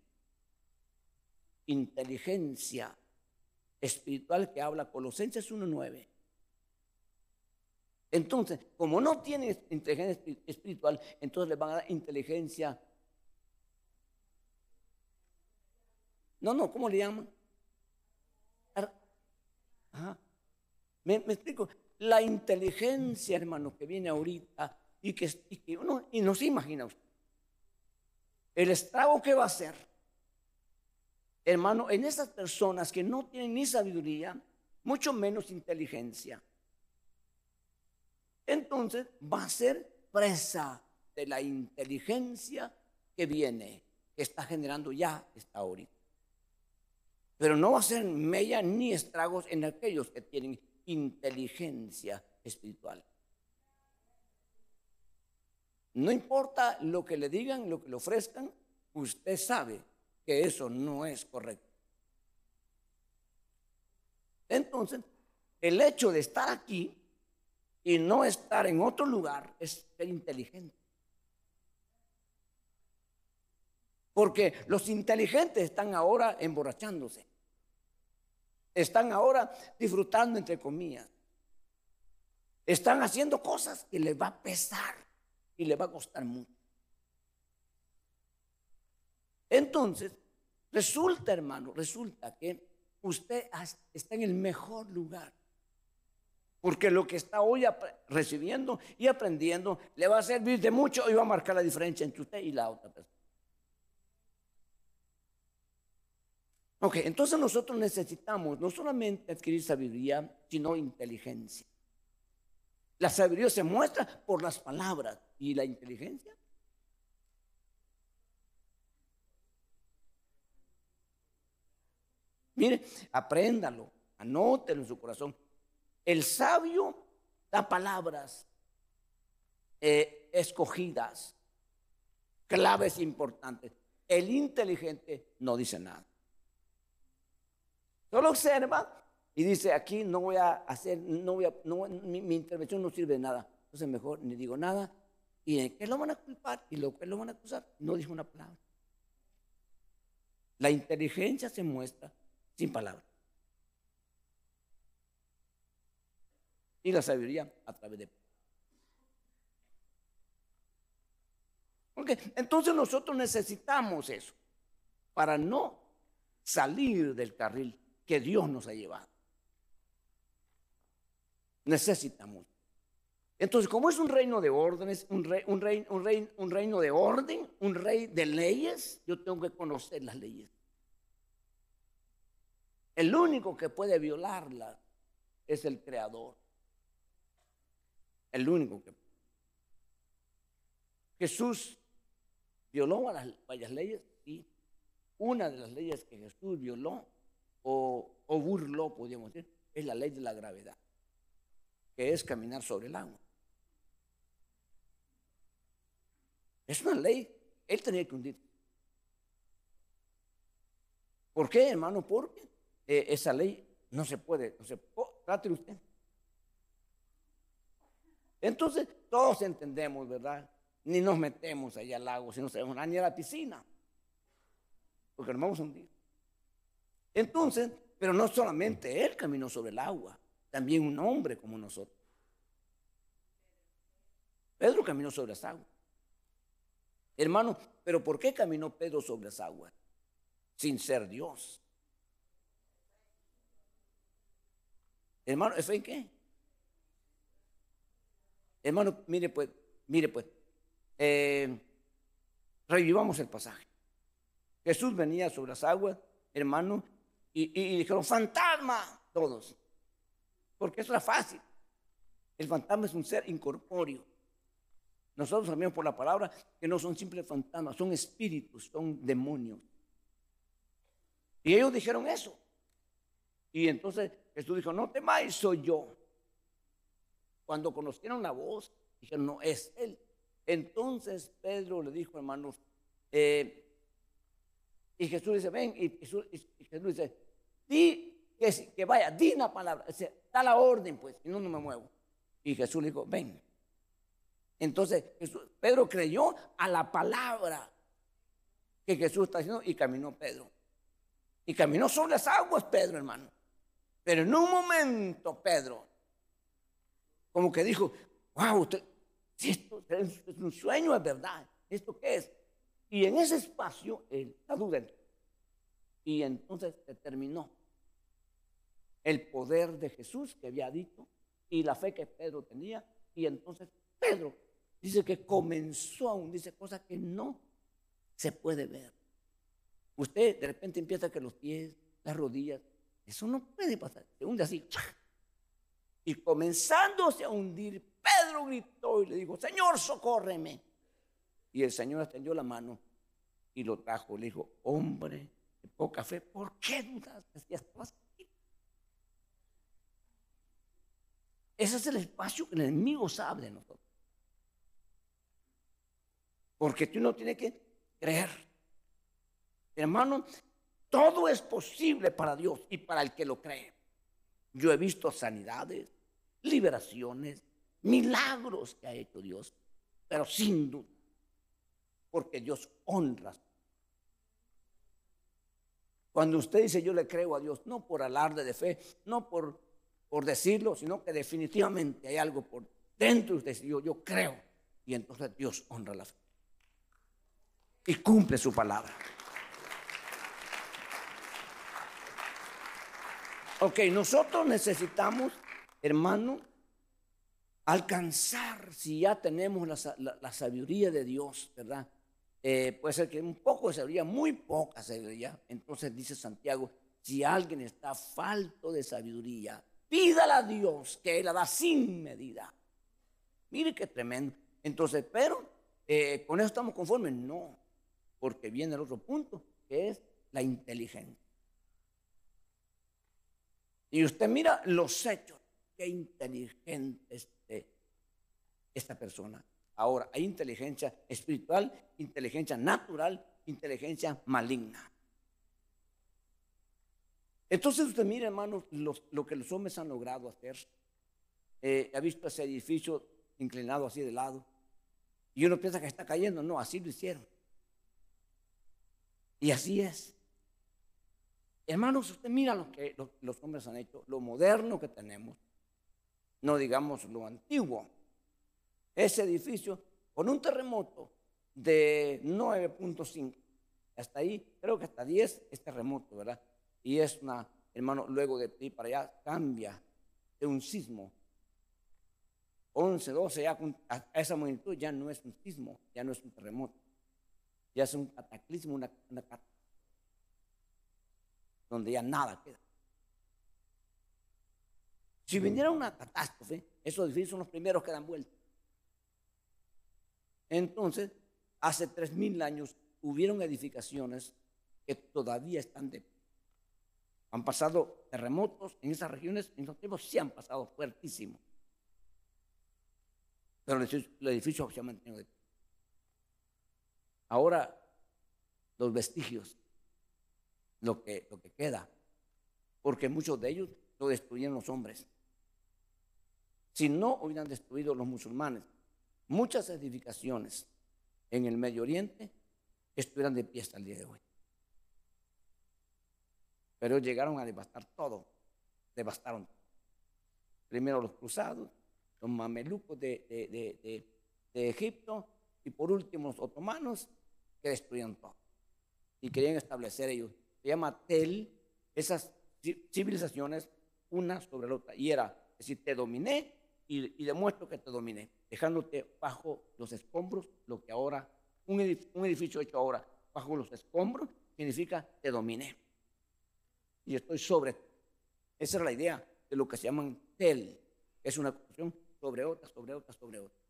inteligencia espiritual, que habla Colosenses 1:9. Entonces, como no tiene inteligencia espiritual, entonces le van a dar inteligencia. No, ¿cómo le llaman? Ajá. ¿Me explico? La inteligencia, hermano, que viene ahorita y que uno y no se imagina usted el estrago que va a hacer, hermano, en esas personas que no tienen ni sabiduría, mucho menos inteligencia. Entonces va a ser presa de la inteligencia que viene, que está generando ya, está ahorita. Pero no va a ser mella ni estragos en aquellos que tienen inteligencia espiritual. No importa lo que le digan, lo que le ofrezcan, usted sabe que eso no es correcto. Entonces, el hecho de estar aquí y no estar en otro lugar es ser inteligente. Porque los inteligentes están ahora emborrachándose. Están ahora disfrutando, entre comillas. Están haciendo cosas que les va a pesar y les va a costar mucho. Entonces, resulta que usted está en el mejor lugar. Porque lo que está hoy recibiendo y aprendiendo le va a servir de mucho y va a marcar la diferencia entre usted y la otra persona. Ok, entonces nosotros necesitamos no solamente adquirir sabiduría, sino inteligencia. La sabiduría se muestra por las palabras. ¿Y la inteligencia? Mire, apréndalo, anótelo en su corazón. El sabio da palabras escogidas, claves importantes. El inteligente no dice nada. Solo observa y dice, aquí no voy a hacer, mi intervención no sirve de nada. Entonces mejor ni digo nada ¿Y en qué lo van a culpar? ¿Y lo que lo van a acusar? No dijo una palabra. La inteligencia se muestra sin palabras. Y la sabiduría a través de... Okay. Entonces nosotros necesitamos eso para no salir del carril que Dios nos ha llevado. Necesitamos. Entonces, como es un reino de órdenes, un reino de orden, un rey de leyes, yo tengo que conocer las leyes. El único que puede violarlas es el Creador. El único que... Jesús violó varias leyes, y una de las leyes que Jesús violó o burló, podríamos decir, es la ley de la gravedad, que es caminar sobre el agua. Es una ley, él tenía que hundir. ¿Por qué, hermano? Porque esa ley no se puede, trate usted. Entonces, todos entendemos, ¿verdad? Ni nos metemos allá al lago, si no sabemos nada, ni a la piscina, porque nos vamos a hundir. Entonces, pero no solamente él caminó sobre el agua, también un hombre como nosotros. Pedro caminó sobre las aguas. Hermano, pero ¿por qué caminó Pedro sobre las aguas? Sin ser Dios. Hermano, ¿fe en qué? Hermano, mire pues, revivamos el pasaje. Jesús venía sobre las aguas, hermano, y dijeron, fantasma, todos. Porque eso era fácil. El fantasma es un ser incorpóreo. Nosotros sabemos por la palabra que no son simples fantasmas, son espíritus, son demonios. Y ellos dijeron eso. Y entonces Jesús dijo, no temáis, soy yo. Cuando conocieron la voz, dijeron, no, es él. Entonces Pedro le dijo, hermanos, y Jesús dice, ven, y Jesús dice, di que vaya, di una palabra, da la orden, pues, y no me muevo. Y Jesús le dijo, ven. Entonces Pedro creyó a la palabra que Jesús está diciendo y caminó Pedro. Y caminó sobre las aguas Pedro, hermano. Pero en un momento Pedro, como que dijo, wow, si esto es un sueño, es verdad. ¿Esto qué es? Y en ese espacio él está dudando. Y entonces se terminó el poder de Jesús que había dicho y la fe que Pedro tenía. Y entonces Pedro dice que comenzó a hundirse, cosas que no se puede ver. Usted de repente empieza que los pies, las rodillas, eso no puede pasar, se hunde así. Y comenzándose a hundir, Pedro gritó y le dijo, Señor, socórreme. Y el Señor extendió la mano y lo trajo. Le dijo, hombre de poca fe, ¿por qué dudaste? Ya estabas aquí. Ese es el espacio que el enemigo sabe de nosotros. Porque tú no tienes que creer. Hermano, todo es posible para Dios y para el que lo cree. Yo he visto sanidades, liberaciones, milagros que ha hecho Dios, pero sin duda, porque Dios honra. Cuando usted dice yo le creo a Dios, no por alarde de fe, no por decirlo, sino que definitivamente hay algo por dentro de usted, yo creo, y entonces Dios honra la fe y cumple su palabra. Ok, nosotros necesitamos, hermano, alcanzar, si ya tenemos la sabiduría de Dios, ¿verdad? Puede ser que un poco de sabiduría, muy poca sabiduría. Entonces dice Santiago, si alguien está falto de sabiduría, pídala a Dios, que Él la da sin medida. Mire qué tremendo. Entonces, pero con eso estamos conformes. No, porque viene el otro punto, que es la inteligencia. Y usted mira los hechos, qué inteligente esta persona. Ahora, hay inteligencia espiritual, inteligencia natural, inteligencia maligna. Entonces usted mira, hermano, lo que los hombres han logrado hacer. Ha visto ese edificio inclinado así de lado. Y uno piensa que está cayendo. No, así lo hicieron. Y así es. Hermanos, usted mira lo que los hombres han hecho, lo moderno que tenemos, no digamos lo antiguo. Ese edificio, con un terremoto de 9.5, hasta ahí, creo que hasta 10 es terremoto, ¿verdad? Y es hermano, luego de ir para allá, cambia de un sismo. 11, 12, ya a esa magnitud ya no es un sismo, ya no es un terremoto, ya es un cataclismo, una catástrofe, donde ya nada queda. Si viniera una catástrofe, esos edificios son los primeros que dan vuelta. Entonces, hace 3000 años hubieron edificaciones que todavía están de pie. Han pasado terremotos en esas regiones, en los tiempos sí han pasado fuertísimos. Pero el edificio se ha mantenido de pie. Ahora, los vestigios, lo que queda, porque muchos de ellos lo destruyeron los hombres. Si no hubieran destruido los musulmanes, muchas edificaciones en el Medio Oriente estuvieran de pie hasta el día de hoy. Pero llegaron a devastar todo, devastaron. Primero los cruzados, los mamelucos de Egipto, y por último los otomanos, que destruían todo. Y querían establecer ellos, se llama Tel, esas civilizaciones, una sobre la otra. Y era decir, te dominé y demuestro que te dominé, dejándote bajo los escombros, lo que ahora, un edificio hecho ahora bajo los escombros, significa te dominé. Y estoy sobre. Esa es la idea de lo que se llaman Tel. Es una construcción sobre otra, sobre otra, sobre otra.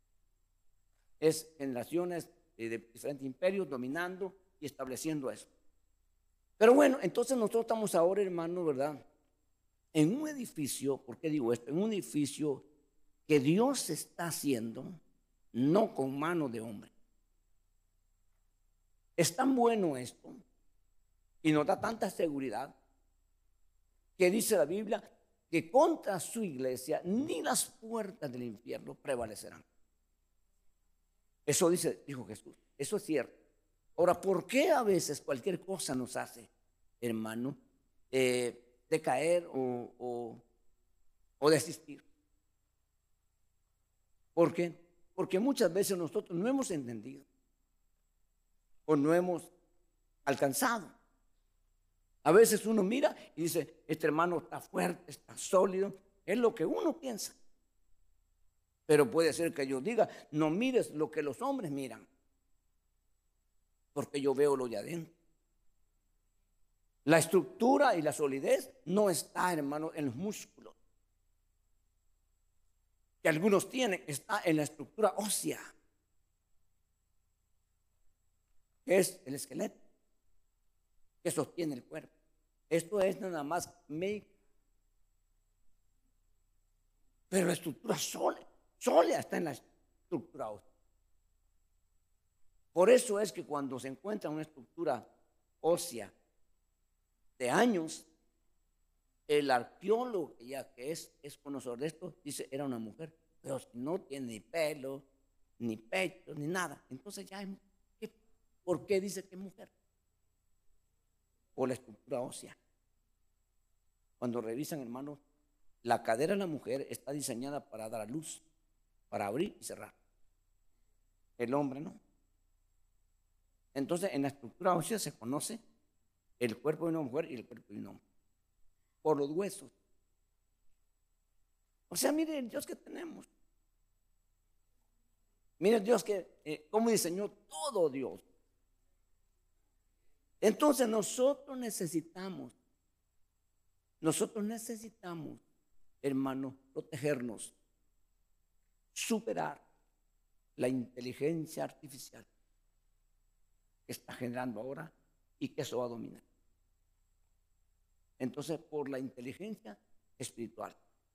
Es generaciones de diferentes imperios dominando y estableciendo eso. Pero bueno, entonces nosotros estamos ahora, hermano, ¿verdad? En un edificio, ¿por qué digo esto? En un edificio que Dios está haciendo, no con mano de hombre. Es tan bueno esto y nos da tanta seguridad que dice la Biblia que contra su iglesia ni las puertas del infierno prevalecerán. Eso dijo Jesús. Eso es cierto. Ahora, ¿por qué a veces cualquier cosa nos hace, hermano, decaer o desistir? ¿Por qué? Porque muchas veces nosotros no hemos entendido o no hemos alcanzado. A veces uno mira y dice, este hermano está fuerte, está sólido. Es lo que uno piensa. Pero puede ser que yo diga, no mires lo que los hombres miran, porque yo veo lo de adentro. La estructura y la solidez no está, hermano, en los músculos que algunos tienen, está en la estructura ósea, que es el esqueleto que sostiene el cuerpo. Esto es nada más médico. Pero la estructura sólida está en la estructura ósea. Por eso es que cuando se encuentra una estructura ósea de años, el arqueólogo, ya que es conocedor de esto, dice, era una mujer, pero no tiene ni pelo, ni pecho, ni nada. Entonces ya, ¿por qué dice que es mujer? Por la estructura ósea. Cuando revisan, hermanos, la cadera de la mujer está diseñada para dar a luz, para abrir y cerrar. El hombre no. Entonces, en la estructura ósea se conoce el cuerpo de una mujer y el cuerpo de un hombre, por los huesos. O sea, mire el Dios que tenemos. Mire el Dios que, cómo diseñó todo Dios. Entonces nosotros necesitamos, hermanos, protegernos, superar la inteligencia artificial que está generando ahora y que eso va a dominar. Entonces, por la inteligencia espiritual.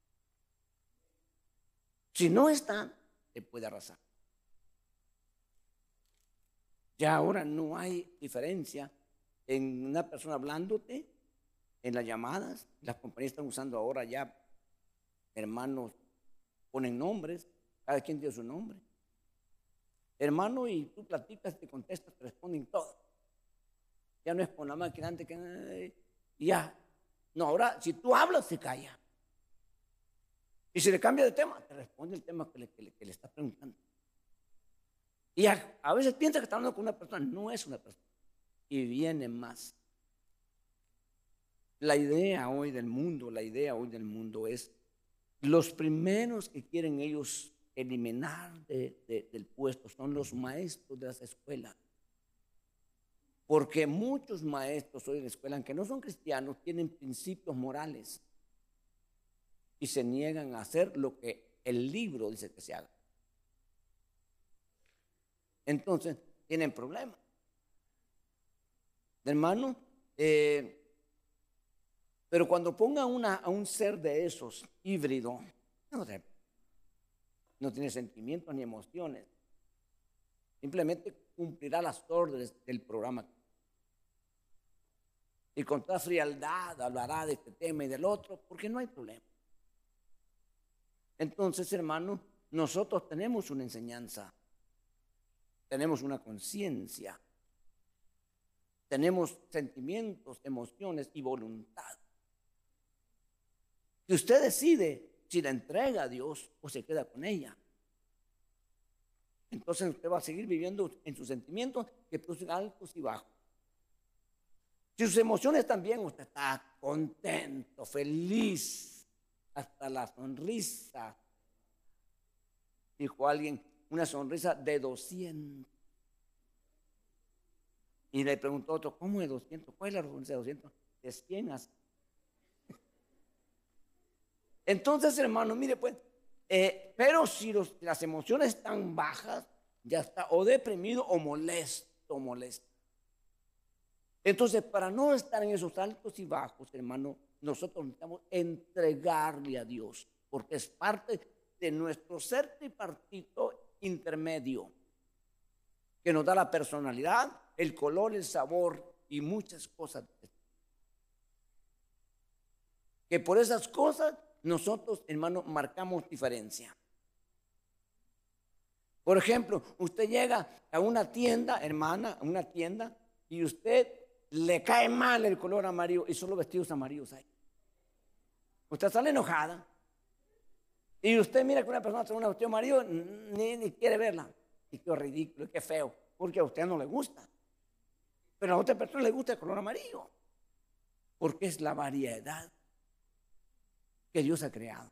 Si no está, te puede arrasar. Ya ahora no hay diferencia en una persona hablándote en las llamadas. Las compañías están usando ahora ya, hermanos, ponen nombres, cada quien tiene su nombre. hermano, y tú platicas, te contestas, te responden todo. Ya no es con la máquina antes que ya. No, ahora si tú hablas, se calla. Y si le cambia de tema, te responde el tema que le está preguntando. Y a veces piensa que está hablando con una persona, no es una persona. Y viene más. La idea hoy del mundo es los primeros que quieren ellos eliminar del puesto son los maestros de las escuelas. Porque muchos maestros hoy en la escuela, aunque no son cristianos, tienen principios morales y se niegan a hacer lo que el libro dice que se haga. Entonces, tienen problemas. Hermano, pero cuando ponga a un ser de esos híbrido, no tiene sentimientos ni emociones, simplemente cumplirá las órdenes del programa. Y con toda frialdad hablará de este tema y del otro, porque no hay problema. Entonces, hermano, nosotros tenemos una enseñanza, tenemos una conciencia, tenemos sentimientos, emociones y voluntad. Y usted decide si la entrega a Dios o se queda con ella. Entonces usted va a seguir viviendo en sus sentimientos que producen altos y bajos. Si sus emociones también, usted está contento, feliz, hasta la sonrisa. Dijo alguien, una sonrisa de 200. Y le preguntó otro, ¿cómo de 200? ¿Cuál es la sonrisa de 200? De 100 hasta. Entonces, hermano, mire pues, pero si las emociones están bajas, ya está o deprimido o molesto. Entonces, para no estar en esos altos y bajos, hermano, nosotros necesitamos entregarle a Dios, porque es parte de nuestro ser tripartito intermedio, que nos da la personalidad, el color, el sabor y muchas cosas. Que por esas cosas nosotros, hermano, marcamos diferencia. Por ejemplo, usted llega a una tienda, hermana, a una tienda, y usted le cae mal el color amarillo y solo vestidos amarillos hay. Usted sale enojada y usted mira que una persona trae un vestido amarillo, ni quiere verla. Y qué ridículo, qué feo, porque a usted no le gusta. Pero a otra persona le gusta el color amarillo, porque es la variedad que Dios ha creado.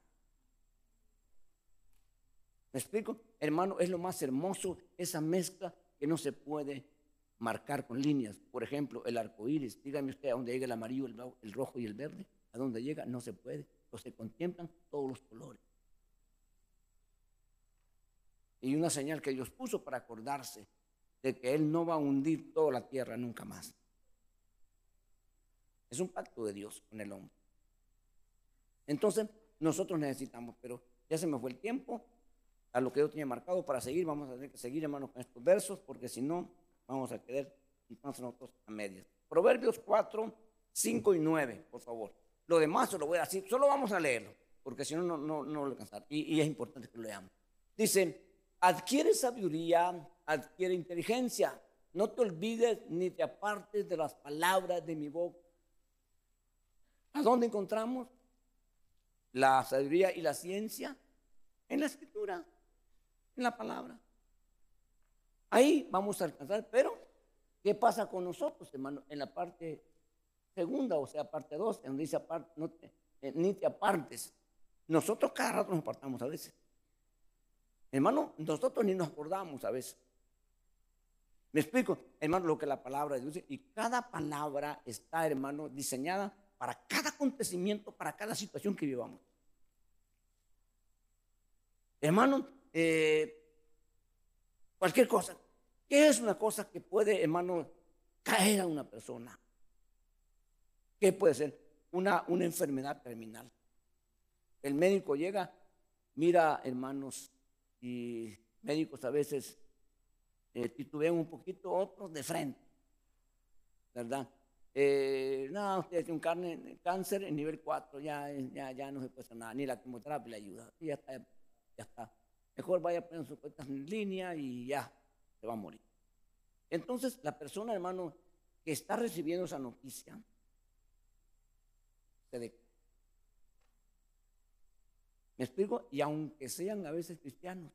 ¿Me explico? Hermano, es lo más hermoso, esa mezcla que no se puede marcar con líneas. Por ejemplo, el arco iris. Dígame usted a dónde llega el amarillo, el rojo y el verde. ¿A dónde llega? No se puede. O se contemplan todos los colores. Y una señal que Dios puso para acordarse de que Él no va a hundir toda la tierra nunca más. Es un pacto de Dios con el hombre. Entonces, nosotros necesitamos, pero ya se me fue el tiempo a lo que yo tenía marcado para seguir. Vamos a tener que seguir, hermanos, con estos versos, porque si no, vamos a quedar entonces nosotros a medias. Proverbios 4, 5 y 9, por favor. Lo demás se lo voy a decir, solo vamos a leerlo, porque si no, no lo alcanzar. Y es importante que lo leamos. Dice, adquiere sabiduría, adquiere inteligencia. No te olvides ni te apartes de las palabras de mi boca. ¿A dónde encontramos la sabiduría y la ciencia? En la escritura, en la palabra. Ahí vamos a alcanzar, pero ¿qué pasa con nosotros, hermano? En la parte segunda, o sea, parte 2, donde dice ni te apartes. Nosotros cada rato nos apartamos a veces. Hermano, nosotros ni nos acordamos a veces. ¿Me explico? Hermano, lo que la palabra dice. Y cada palabra está, hermano, diseñada para cada acontecimiento, para cada situación que vivamos. Hermano, cualquier cosa. ¿Qué es una cosa que puede, hermano, caer a una persona? ¿Qué puede ser? Una enfermedad terminal. El médico llega, mira, hermanos, y médicos a veces titubean un poquito, otros de frente, ¿verdad? No, usted tiene un cáncer en nivel 4, ya no se puede hacer nada, ni la quimioterapia le ayuda, ya está. Mejor vaya a poner sus cuentas en línea y ya, se va a morir. Entonces, la persona, hermano, que está recibiendo esa noticia, se declara. ¿Me explico? Y aunque sean a veces cristianos.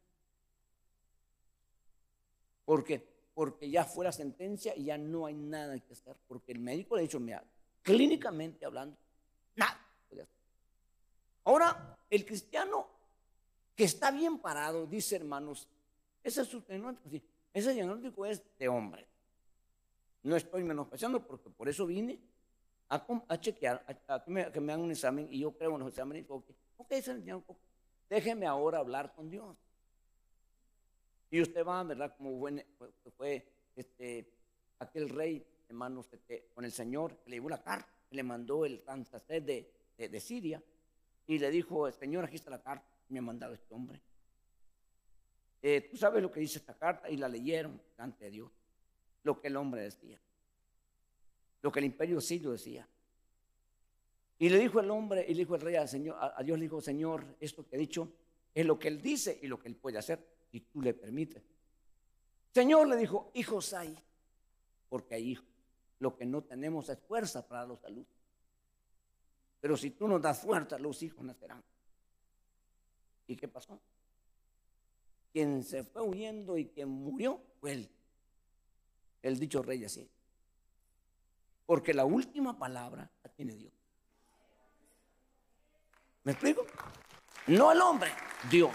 ¿Por qué? Porque ya fue la sentencia y ya no hay nada que hacer. Porque el médico le ha dicho, mira, clínicamente hablando, nada puede hacer. Ahora, el cristiano que está bien parado, dice, hermanos, ese es su diagnóstico. Sí, ese diagnóstico es de hombre. No estoy menospreciando porque por eso vine a chequear, a que me hagan un examen, y yo creo en los exámenes. Ok, Señor, déjeme ahora hablar con Dios. Y usted va, ¿verdad? Como fue aquel rey, hermanos, con el Señor, que le llevó la carta, le mandó el Rantasés de Siria, y le dijo, Señor, aquí está la carta, me ha mandado este hombre. Tú sabes lo que dice esta carta, y la leyeron delante de Dios, lo que el hombre decía, lo que el imperio sirio decía. Y le dijo el hombre, y le dijo el rey al Señor, a Dios le dijo, Señor, esto que he dicho es lo que él dice y lo que él puede hacer, y tú le permites. Señor, le dijo, hijos hay, porque hay hijos. Lo que no tenemos es fuerza para la salud. Pero si tú nos das fuerza, los hijos nacerán. ¿Y qué pasó? Quien se fue huyendo y quien murió fue él. El dicho rey así. Porque la última palabra la tiene Dios. ¿Me explico? No el hombre, Dios.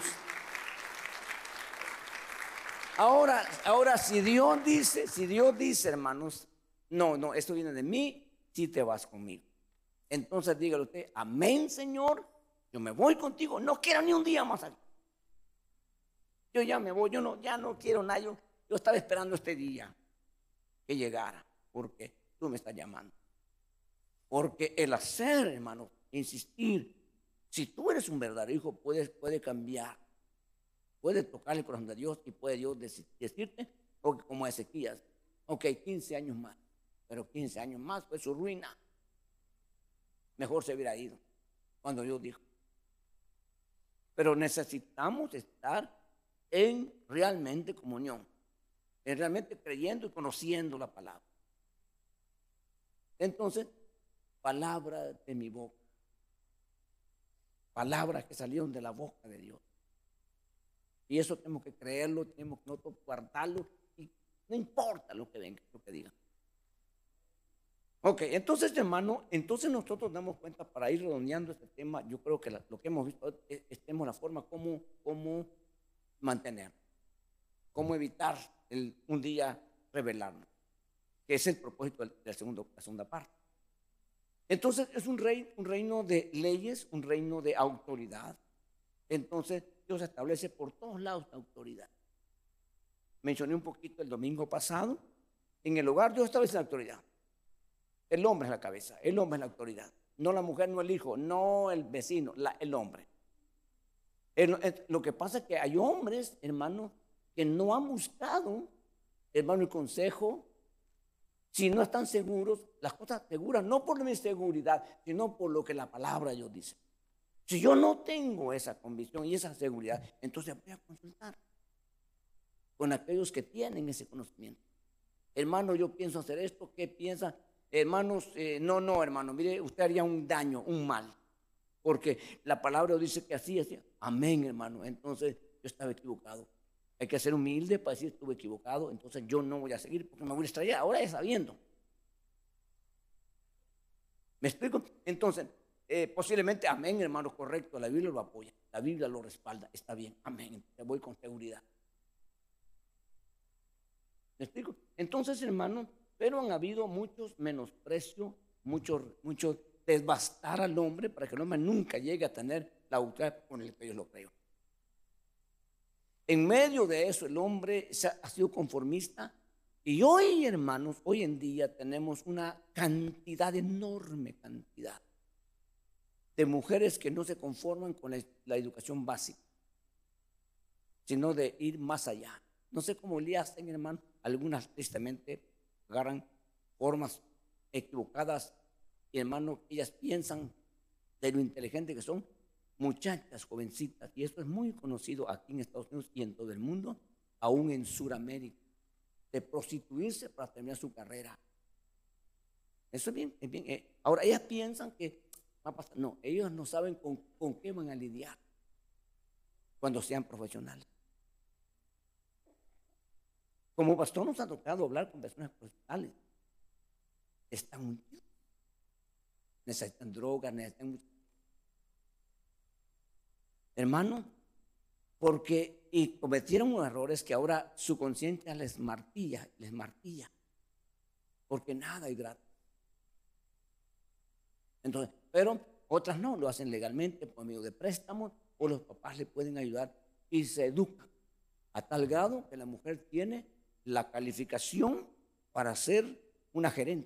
Ahora si Dios dice, hermanos, no, esto viene de mí, si te vas conmigo. Entonces dígale usted, amén, Señor, yo me voy contigo, no quiero ni un día más aquí. Yo ya me voy, ya no quiero nada, yo estaba esperando este día que llegara, porque tú me estás llamando. Porque el hacer, hermano, insistir, si tú eres un verdadero hijo, puede cambiar, puede tocar el corazón de Dios y puede Dios decirte, como Ezequías, ok, 15 años más, pero 15 años más fue su ruina. Mejor se hubiera ido cuando Dios dijo. Pero necesitamos estar en realmente comunión, en realmente creyendo y conociendo la palabra. Entonces, palabra de mi boca, palabras que salieron de la boca de Dios. Y eso tenemos que creerlo, tenemos que nosotros guardarlo, y no importa lo que venga, lo que digan. Ok, entonces, hermano, nosotros damos cuenta, para ir redondeando este tema, yo creo que lo que hemos visto es la forma cómo mantener, cómo evitar un día rebelarnos, que es el propósito de la segunda parte. Entonces, es un reino de leyes, un reino de autoridad. Entonces, Dios establece por todos lados la autoridad. Mencioné un poquito el domingo pasado, en el hogar Dios establece la autoridad. El hombre es la cabeza, el hombre es la autoridad. No la mujer, no el hijo, no el vecino, el hombre. Lo que pasa es que hay hombres, hermano, que no han buscado, hermano, el consejo. Si no están seguros, las cosas seguras, no por mi inseguridad, sino por lo que la palabra de Dios dice. Si yo no tengo esa convicción y esa seguridad, entonces voy a consultar con aquellos que tienen ese conocimiento. Hermano, yo pienso hacer esto, ¿qué piensa? Hermanos, no, hermano, mire, usted haría un daño, un mal, porque la palabra dice que así. Amén, hermano. Entonces yo estaba equivocado. Hay que ser humilde para decir estuve equivocado, entonces yo no voy a seguir porque me voy a extrañar. Ahora ya sabiendo. ¿Me explico? Entonces, posiblemente, amén, hermano, correcto, la Biblia lo apoya, la Biblia lo respalda, está bien, amén, te voy con seguridad. ¿Me explico? Entonces, hermano, pero han habido muchos menosprecios, muchos desbastar al hombre para que el hombre nunca llegue a tener la autoridad con el que Dios lo creó. En medio de eso, el hombre ha sido conformista. Y hoy, hermanos, hoy en día tenemos una enorme cantidad de mujeres que no se conforman con la educación básica, sino de ir más allá. No sé cómo le hacen, hermano. Algunas tristemente agarran formas equivocadas y, hermano, ellas piensan de lo inteligente que son, muchachas, jovencitas, y esto es muy conocido aquí en Estados Unidos y en todo el mundo, aún en Sudamérica. de prostituirse para terminar su carrera. Eso es bien, es bien. Ahora, ellas piensan que va a pasar. No, ellos no saben con qué van a lidiar cuando sean profesionales. Como pastor nos ha tocado hablar con personas profesionales. Están hundidos. Necesitan drogas, necesitan mucho. Hermano, porque y cometieron unos errores que ahora su conciencia les martilla, porque nada es gratis. Entonces, pero otras no, lo hacen legalmente por medio de préstamos o los papás le pueden ayudar y se educan a tal grado que la mujer tiene la calificación para ser una gerente.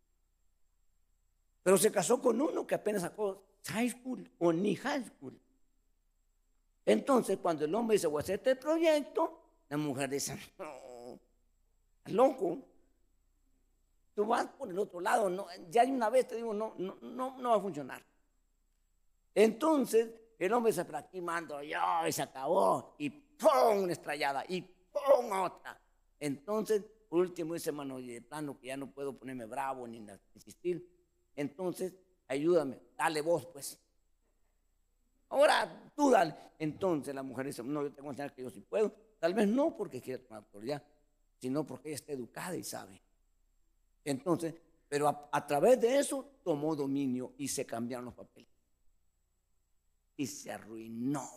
Pero se casó con uno que apenas sacó high school o ni high school. Entonces, cuando el hombre dice, voy a hacer este proyecto, la mujer dice, no, estás loco. Tú vas por el otro lado, no, ya una vez te digo, no va a funcionar. Entonces, el hombre dice, pero aquí mando yo, y se acabó, y ¡pum! Una estrellada, y ¡pum! Otra. Entonces, por último, dice, hermano, de plano que ya no puedo ponerme bravo ni insistir. Entonces, ayúdame, dale vos, pues. Ahora, tú dale. Entonces, la mujer dice, no, yo tengo que enseñar que yo sí puedo. Tal vez no porque quiere tomar autoridad, sino porque ella está educada y sabe. Entonces, pero a través de eso tomó dominio y se cambiaron los papeles. Y se arruinó.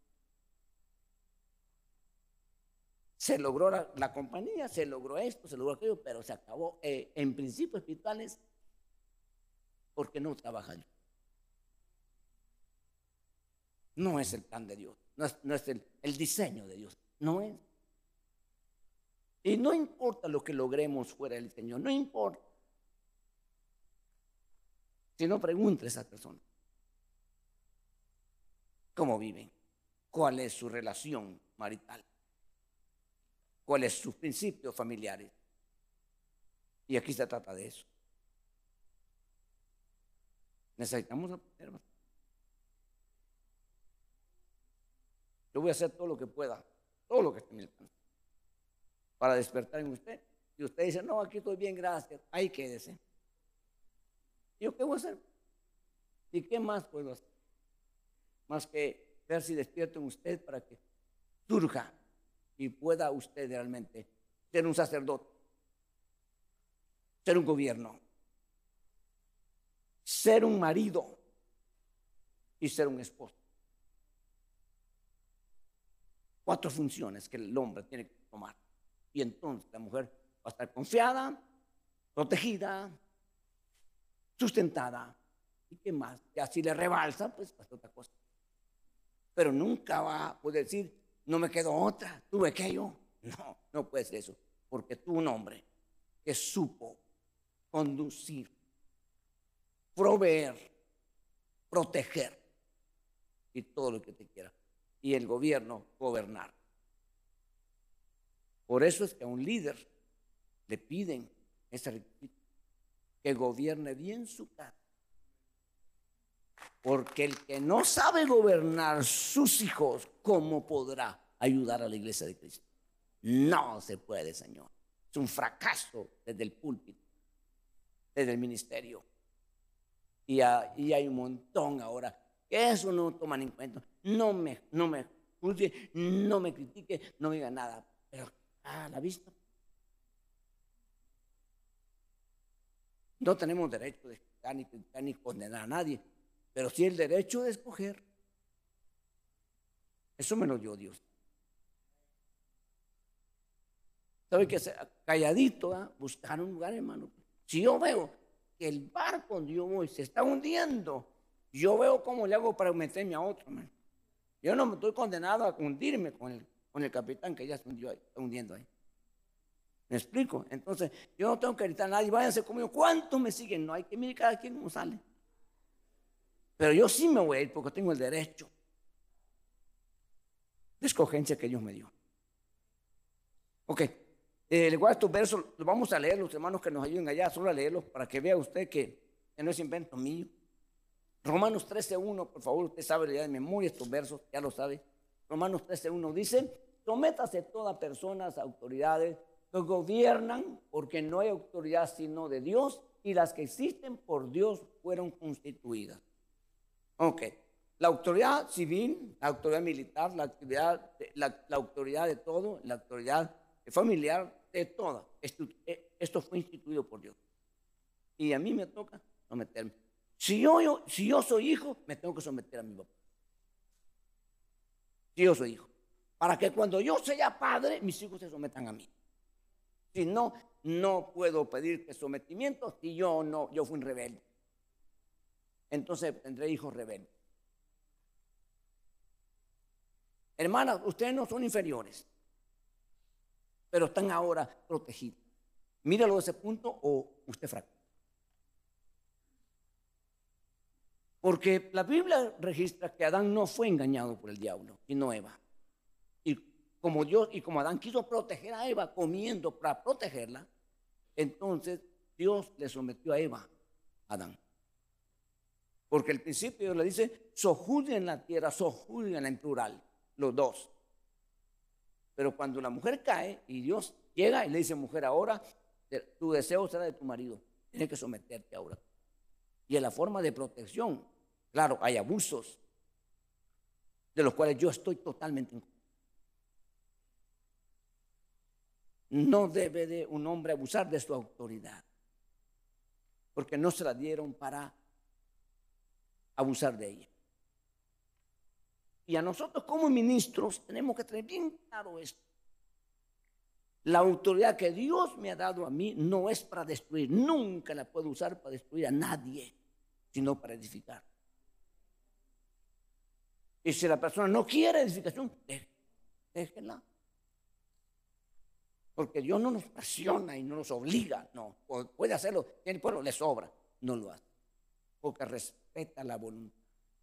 Se logró la compañía, se logró esto, se logró aquello, pero se acabó en principios espirituales porque no trabaja Dios. No es el plan de Dios, no es el diseño de Dios, no es. Y no importa lo que logremos fuera del Señor, no importa. Si no, pregunte a esa persona cómo viven, cuál es su relación marital, cuáles son sus principios familiares. Y aquí se trata de eso. Necesitamos aprender. Yo voy a hacer todo lo que pueda, todo lo que esté en mi alcance, para despertar en usted. Y usted dice, no, aquí estoy bien, gracias, ahí quédese. ¿Yo qué voy a hacer? ¿Y qué más puedo hacer? Más que ver si despierto en usted para que surja y pueda usted realmente ser un sacerdote, ser un gobierno, ser un marido y ser un esposo. 4 funciones que el hombre tiene que tomar. Y entonces la mujer va a estar confiada, protegida, sustentada. ¿Y qué más? Y así le rebalsa, pues pasa otra cosa. Pero nunca va a poder decir, no me quedó otra, tuve aquello. No, no puede ser eso. Porque tú, un hombre que supo conducir, proveer, proteger y todo lo que te quiera. Y el gobierno gobernar. Por eso es que a un líder le piden ese requisito, que gobierne bien su casa. Porque el que no sabe gobernar sus hijos, ¿cómo podrá ayudar a la iglesia de Cristo? No se puede, Señor. Es un fracaso desde el púlpito, desde el ministerio. Y hay un montón ahora que eso no toman en cuenta. No me juzgue, no me critique, no me diga nada. Pero a la vista. No tenemos derecho de juzgar ni criticar ni condenar a nadie, pero sí el derecho de escoger. Eso me lo dio Dios. ¿Sabe qué? Calladito, buscar un lugar, hermano. Si yo veo que el barco donde yo voy se está hundiendo, yo veo cómo le hago para meterme a otro, hermano. Yo no me estoy condenado a hundirme con el capitán que ya se está hundiendo ahí. ¿Me explico? Entonces, yo no tengo que gritar a nadie, váyanse conmigo. ¿Cuántos me siguen? No hay que mirar cada quien cómo sale. Pero yo sí me voy a ir porque tengo el derecho de escogencia que Dios me dio. Ok, les voy a estos versos, los vamos a leer, los hermanos que nos ayuden allá, solo a leerlos para que vea usted que no es invento mío. Romanos 13:1, por favor, usted sabe leer de memoria estos versos, ya lo sabe. Romanos 13:1 dice, sométase toda persona a autoridades, que gobiernan porque no hay autoridad sino de Dios, y las que existen por Dios fueron constituidas. Ok, la autoridad civil, la autoridad militar, la autoridad de todo, la autoridad familiar, de toda. Esto fue instituido por Dios. Y a mí me toca someterme. Si yo soy hijo, me tengo que someter a mi papá. Si yo soy hijo. Para que cuando yo sea padre, mis hijos se sometan a mí. Si no, no puedo pedirte sometimiento si yo fui un rebelde. Entonces tendré hijos rebeldes. Hermanas, ustedes no son inferiores, pero están ahora protegidos. Míralo de ese punto o usted fracasa. Porque la Biblia registra que Adán no fue engañado por el diablo, sino Eva. Y como Adán quiso proteger a Eva comiendo para protegerla, entonces Dios le sometió a Eva, a Adán. Porque el principio Dios le dice, sojuzguen la tierra, sojuzguen en plural, los dos. Pero cuando la mujer cae y Dios llega y le dice, mujer, ahora tu deseo será de tu marido, tienes que someterte ahora. Y en la forma de protección, claro, hay abusos de los cuales yo estoy totalmente en contra. No debe de un hombre abusar de su autoridad, porque no se la dieron para abusar de ella. Y a nosotros como ministros tenemos que tener bien claro esto. La autoridad que Dios me ha dado a mí no es para destruir, nunca la puedo usar para destruir a nadie, sino para edificar. Y si la persona no quiere edificación, déjenla. Porque Dios no nos presiona y no nos obliga, no. Puede hacerlo, el pueblo le sobra, no lo hace. Porque respeta la voluntad.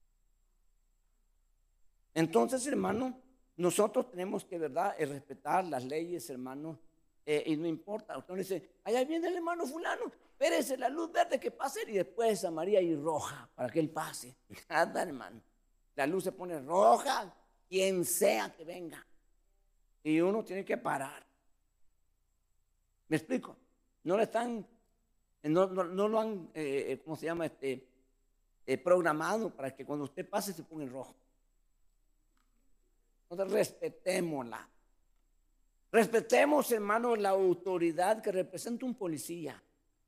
Entonces, hermano, nosotros tenemos que, ¿verdad?, respetar las leyes, hermano. Y no importa, usted dice, allá viene el hermano fulano, espérese la luz verde que pase y después amarilla y roja para que él pase. Nada, hermano. La luz se pone roja, quien sea que venga. Y uno tiene que parar. ¿Me explico? No le están, no lo han, ¿cómo se llama? Programado para que cuando usted pase se ponga en rojo. Entonces respetémosla. Respetemos, hermano, la autoridad que representa un policía.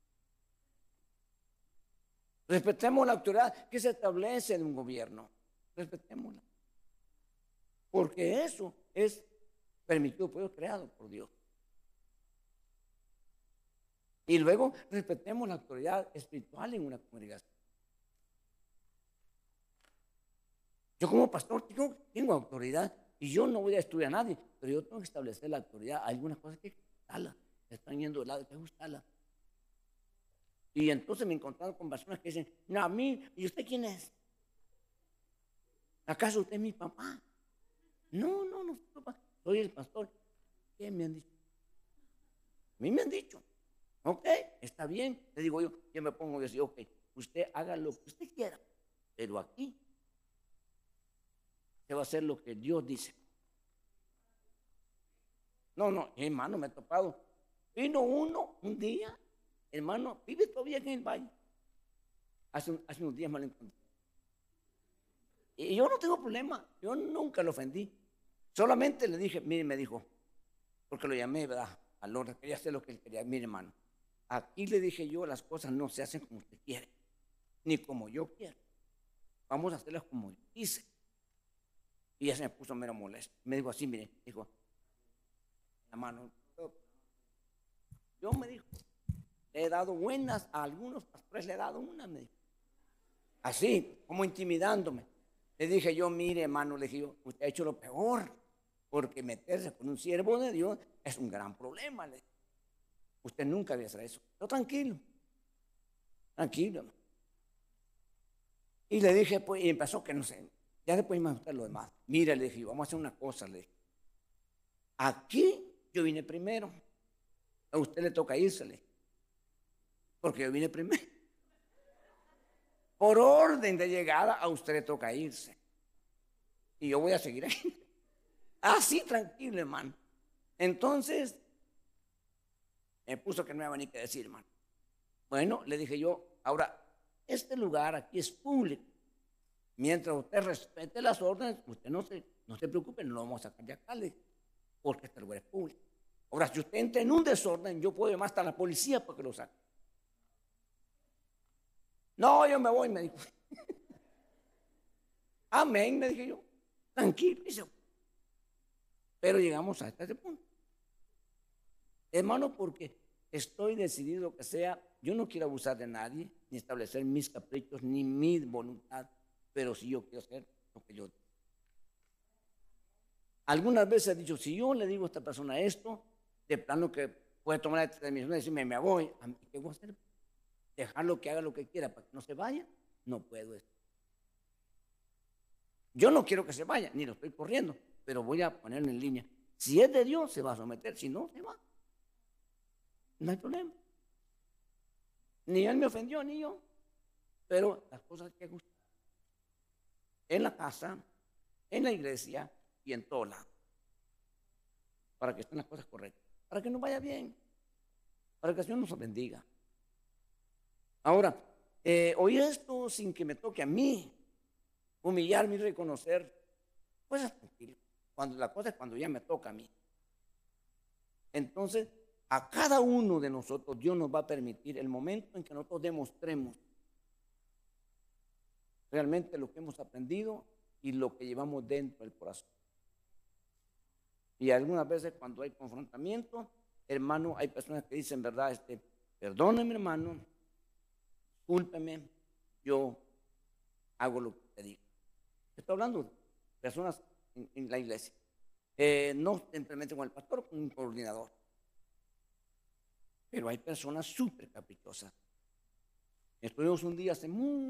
Respetemos la autoridad que se establece en un gobierno. Respetémosla. Porque eso es permitido por Dios, creado por Dios. Y luego respetemos la autoridad espiritual en una congregación. Yo como pastor tengo autoridad y yo no voy a destruir a nadie, pero yo tengo que establecer la autoridad. Hay algunas cosas que hay que ajustarlas, están yendo de lado, hay que ajustarlas. Y entonces me he encontrado con personas que dicen, no, a mí, ¿y usted quién es? ¿Acaso usted es mi papá? No, soy papá, soy el pastor. ¿Qué me han dicho? A mí me han dicho. Ok, está bien. Le digo yo me pongo a decir, ok, usted haga lo que usted quiera, pero aquí se va a hacer lo que Dios dice. No, hermano, me he topado. Vino uno un día, hermano, vive todavía en el valle. Hace unos días me lo encontré. Y yo no tengo problema, yo nunca lo ofendí. Solamente le dije, mire, me dijo, porque lo llamé, ¿verdad? Al orden, quería hacer lo que él quería. Mire, hermano, aquí le dije yo, las cosas no se hacen como usted quiere, ni como yo quiero. Vamos a hacerlas como yo hice. Y ella se me puso mero molesto. Me dijo así, mire, dijo, hermano, yo me dijo, le he dado buenas a algunos pastores, le he dado una, me dijo. Así, como intimidándome. Le dije yo, mire, hermano, le dije yo, usted ha hecho lo peor, porque meterse con un siervo de Dios es un gran problema. Le dije. Usted nunca había hecho eso. Yo tranquilo, hermano. Y le dije, pues, y empezó que no sé, ya después me gustar lo demás. Mire, le dije, vamos a hacer una cosa, le dije. Aquí yo vine primero, a usted le toca írsele, porque yo vine primero. Por orden de llegada, a usted le toca irse. Y yo voy a seguir ahí. Así tranquilo, hermano. Entonces, Me puso que no me iba ni que decir, hermano. Bueno, le dije yo, ahora, este lugar aquí es público. Mientras usted respete las órdenes, usted no se preocupe, no lo vamos a sacar de acá, porque este lugar es público. Ahora, si usted entra en un desorden, yo puedo llamar hasta la policía para que lo saque. No, yo me voy, me dijo. Amén, me dije yo. Tranquilo, dice. Pero llegamos hasta ese punto. Hermano, porque estoy decidido que sea, yo no quiero abusar de nadie, ni establecer mis caprichos, ni mi voluntad, pero si yo quiero hacer lo que yo digo. Algunas veces he dicho, si yo le digo a esta persona esto, de plano que puede tomar la determinación de decirme, me voy, ¿qué voy a hacer? Dejarlo que haga lo que quiera para que no se vaya, no puedo eso. Yo no quiero que se vaya, ni lo estoy corriendo, pero voy a ponerlo en línea. Si es de Dios, se va a someter, si no, se va. No hay problema. Ni él me ofendió, ni yo. Pero las cosas que gustan. En la casa, en la iglesia y en todo lado. Para que estén las cosas correctas. Para que nos vaya bien. Para que el Señor nos bendiga. Ahora, oír esto sin que me toque a mí, humillarme y reconocer, pues es tranquilo. La cosa es cuando ya me toca a mí. Entonces, a cada uno de nosotros Dios nos va a permitir el momento en que nosotros demostremos realmente lo que hemos aprendido y lo que llevamos dentro del corazón. Y algunas veces cuando hay confrontamiento, hermano, hay personas que dicen, ¿verdad? Perdóneme, hermano, discúlpeme, yo hago lo que te digo. Estoy hablando de personas en la iglesia. No simplemente con el pastor, con un coordinador. Pero hay personas súper caprichosas. Estuvimos un día hace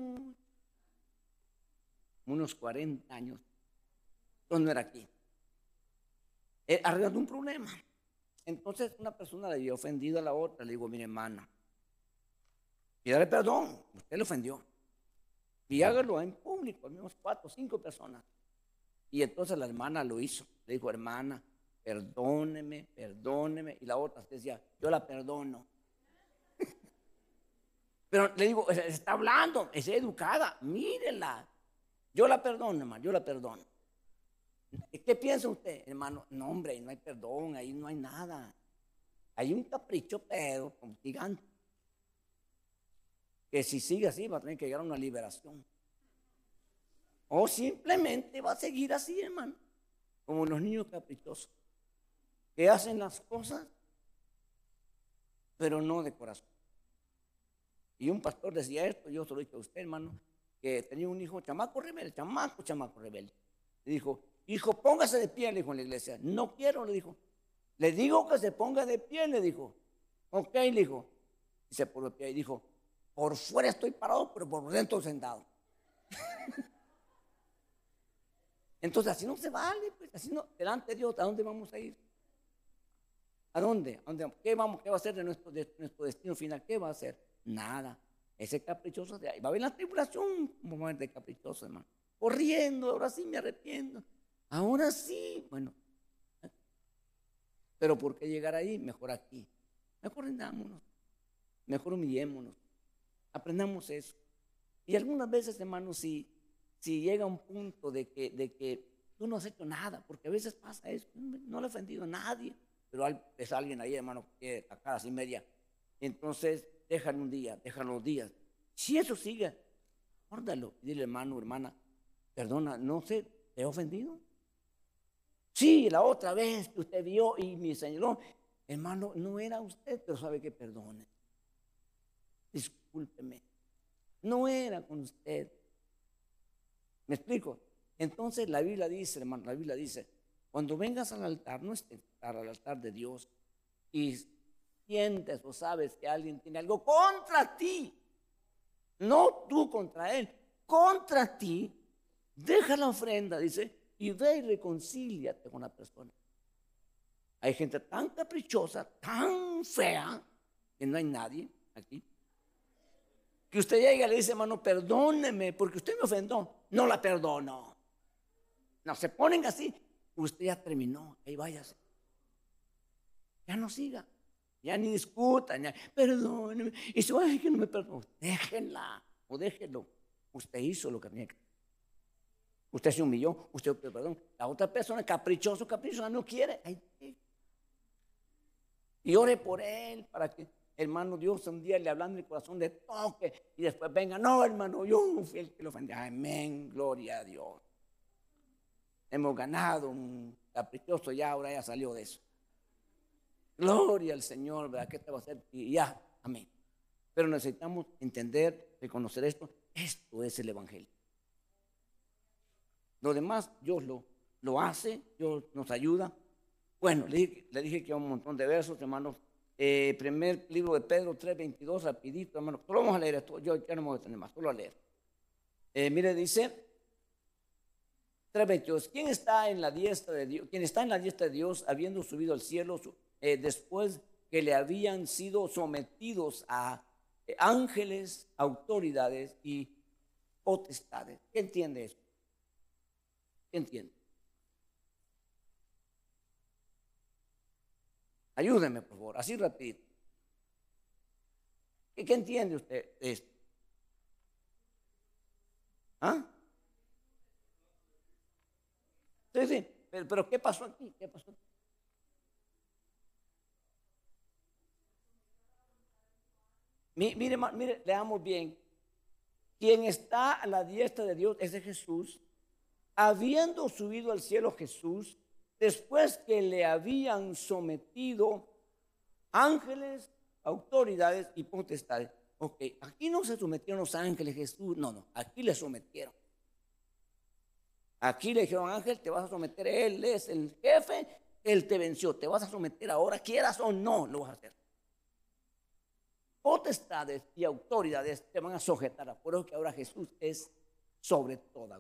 unos 40 años, entonces no era aquí, arreglando un problema. Entonces una persona le había ofendido a la otra, le digo, mire hermana, pídale perdón, usted le ofendió, y hágalo en público, al menos 4 o 5 personas. Y entonces la hermana lo hizo, le dijo, hermana, perdóneme, y la otra decía, yo la perdono. Pero le digo, está hablando, es educada, mírela. Yo la perdono, hermano, yo la perdono. ¿Qué piensa usted, hermano? No, hombre, no hay perdón, ahí no hay nada. Hay un capricho, pero gigante. Que si sigue así va a tener que llegar a una liberación. O simplemente va a seguir así, hermano. Como los niños caprichosos. Que hacen las cosas, pero no de corazón. Y un pastor decía esto, yo se lo dije a usted, hermano, que tenía un hijo, chamaco rebelde. Le dijo, hijo, póngase de pie, le dijo en la iglesia. No quiero, le dijo. Le digo que se ponga de pie, le dijo. Ok, le dijo. Y se puso de pie y dijo, por fuera estoy parado, pero por dentro sentado. Entonces así no se vale, pues, así no, delante de Dios, ¿a dónde vamos a ir? ¿A dónde? ¿Qué va a hacer de nuestro destino final? ¿Qué va a hacer? Nada. Ese caprichoso de ahí. Va a haber la tribulación, un momento de caprichoso, hermano. Corriendo, ahora sí me arrepiento. Ahora sí, bueno. Pero ¿por qué llegar ahí? Mejor aquí. Mejor rendámonos. Mejor humillémonos. Aprendamos eso. Y algunas veces, hermano, si llega un punto de que tú no has hecho nada, porque a veces pasa eso, no le he ofendido a nadie, pero es alguien ahí, hermano, que a cara así media. Entonces, déjalo un día, déjalo 2 días. Si eso sigue, guárdalo. Dile, hermano, hermana, perdona, no sé, ¿te he ofendido? Sí, la otra vez que usted vio y me señaló, hermano, no era usted, pero sabe que perdone. Discúlpeme, no era con usted. ¿Me explico? Entonces la Biblia dice, hermano, la Biblia dice, cuando vengas al altar, no estés al altar de Dios y sientes o sabes que alguien tiene algo contra ti, no tú contra él, contra ti, deja la ofrenda, dice, y ve y reconcíliate con la persona. Hay gente tan caprichosa, tan fea, que no hay nadie aquí, que usted llega y le dice, hermano, perdóneme, porque usted me ofendió. No la perdono. No, se ponen así. Usted ya terminó, ahí váyase. Ya no siga. Ya ni discutan, ya, perdóneme. Y si ay, que no me perdonó, déjenla o déjenlo. Usted hizo lo que tenía que hacer. Usted se humilló, usted pidió perdón. La otra persona, caprichosa, no quiere. Ay, y ore por él para que, hermano, Dios un día le hablando en el corazón le toque y después venga, no, hermano, yo no fui el que lo ofendí. Amén, gloria a Dios. Hemos ganado un caprichoso, ya ahora ya salió de eso. Gloria al Señor, ¿verdad? ¿Qué te va a hacer? Y ya, amén. Pero necesitamos entender, reconocer esto. Esto es el Evangelio. Lo demás, Dios lo hace, Dios nos ayuda. Bueno, le dije que hay un montón de versos, hermanos. Primer libro de Pedro 3:22, rapidito, hermanos. Solo vamos a leer esto, yo ya no me voy a detener más, solo a leer. Mire, dice 3:22, ¿quién está en la diestra de Dios? Quien está en la diestra de Dios, habiendo subido al cielo, después que le habían sido sometidos a ángeles, autoridades y potestades. ¿Qué entiende eso? ¿Qué entiende? Ayúdeme, por favor, así rapidito. ¿Qué entiende usted de esto? ¿Ah? Sí, pero ¿qué pasó aquí? ¿Qué pasó aquí? Mire, leamos bien. Quien está a la diestra de Dios es de Jesús, habiendo subido al cielo Jesús, después que le habían sometido ángeles, autoridades y potestades. Ok, aquí no se sometieron los ángeles, Jesús, no, aquí le sometieron. Aquí le dijeron, ángel, te vas a someter, él es el jefe, él te venció, te vas a someter ahora, quieras o no, lo vas a hacer. Potestades y autoridades te van a sujetar, por eso que ahora Jesús es sobre toda.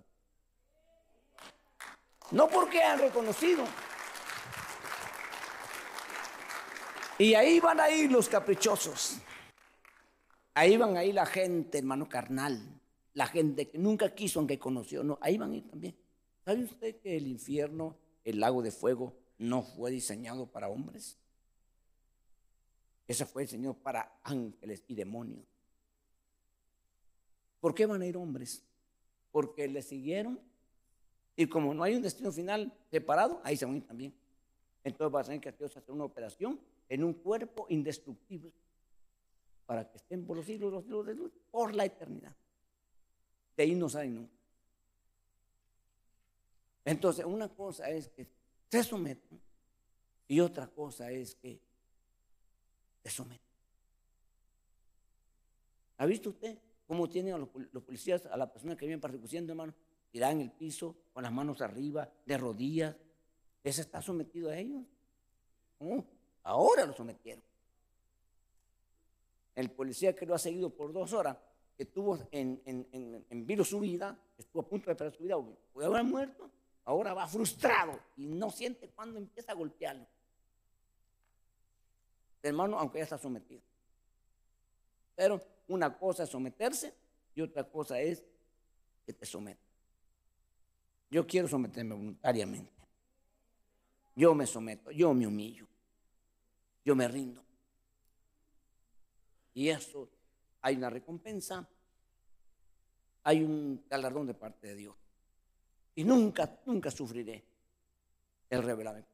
No porque han reconocido. Y ahí van a ir los caprichosos. Ahí van a ir la gente, hermano, carnal. La gente que nunca quiso, aunque conoció. No, ahí van a ir también. ¿Sabe usted que el infierno, el lago de fuego, no fue diseñado para hombres? Ese fue diseñado para ángeles y demonios. ¿Por qué van a ir hombres? Porque le siguieron. Y como no hay un destino final separado, ahí se van a ir también. Entonces va a tener que hacer una operación en un cuerpo indestructible para que estén por los siglos de luz, por la eternidad. De ahí no salen nunca. Entonces, una cosa es que se sometan y otra cosa es que se sometan. ¿Ha visto usted cómo tienen a los policías a la persona que viene persecuciendo, hermano? Tirada en el piso, con las manos arriba, de rodillas. ¿Ese está sometido a ellos? No, ahora lo sometieron. El policía que lo ha seguido por 2 horas, que tuvo en vilo su vida, estuvo a punto de perder su vida, puede haber muerto, ahora va frustrado y no siente cuando empieza a golpearlo. Hermano, aunque ya está sometido. Pero una cosa es someterse y otra cosa es que te sometan. Yo quiero someterme voluntariamente. Yo me someto, yo me humillo, yo me rindo. Y eso, hay una recompensa, hay un galardón de parte de Dios. Y nunca sufriré el revelarme.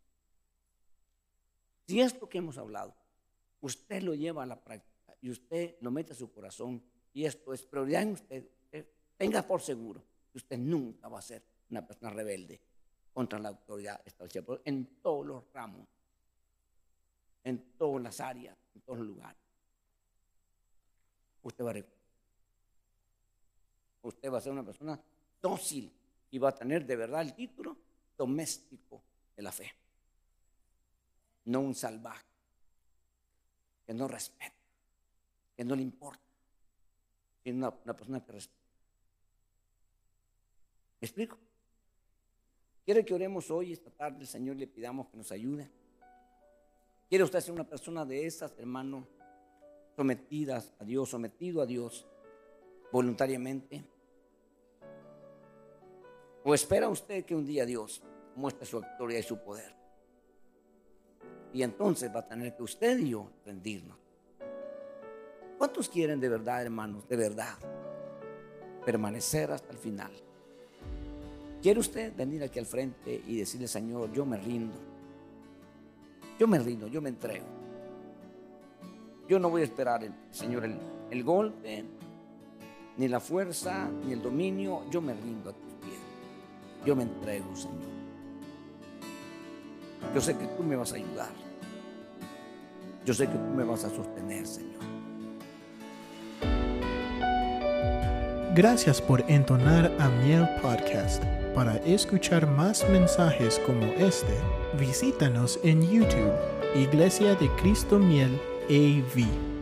Si esto que hemos hablado, usted lo lleva a la práctica y usted lo mete a su corazón y esto es prioridad en usted, tenga por seguro que usted nunca va a ser una persona rebelde contra la autoridad establecida en todos los ramos, en todas las áreas, en todos los lugares. Usted va a ser una persona dócil y va a tener de verdad el título doméstico de la fe. No un salvaje que no respeta, que no le importa, sino una persona que respeta. ¿Me explico? ¿Quiere que oremos hoy, esta tarde, el Señor le pidamos que nos ayude? ¿Quiere usted ser una persona de esas, hermano, sometidas a Dios, sometido a Dios voluntariamente? ¿O espera usted que un día Dios muestre su autoridad y su poder? Y entonces va a tener que usted y yo rendirnos. ¿Cuántos quieren de verdad, hermanos, de verdad, permanecer hasta el final? ¿Quiere usted venir aquí al frente y decirle, Señor, yo me rindo? Yo me rindo, yo me entrego. Yo no voy a esperar, Señor, el golpe, ni la fuerza, ni el dominio. Yo me rindo a tus pies. Yo me entrego, Señor. Yo sé que tú me vas a ayudar. Yo sé que tú me vas a sostener, Señor. Gracias por entonar a Miel Podcast. Para escuchar más mensajes como este, visítanos en YouTube, Iglesia de Cristo Miel AV.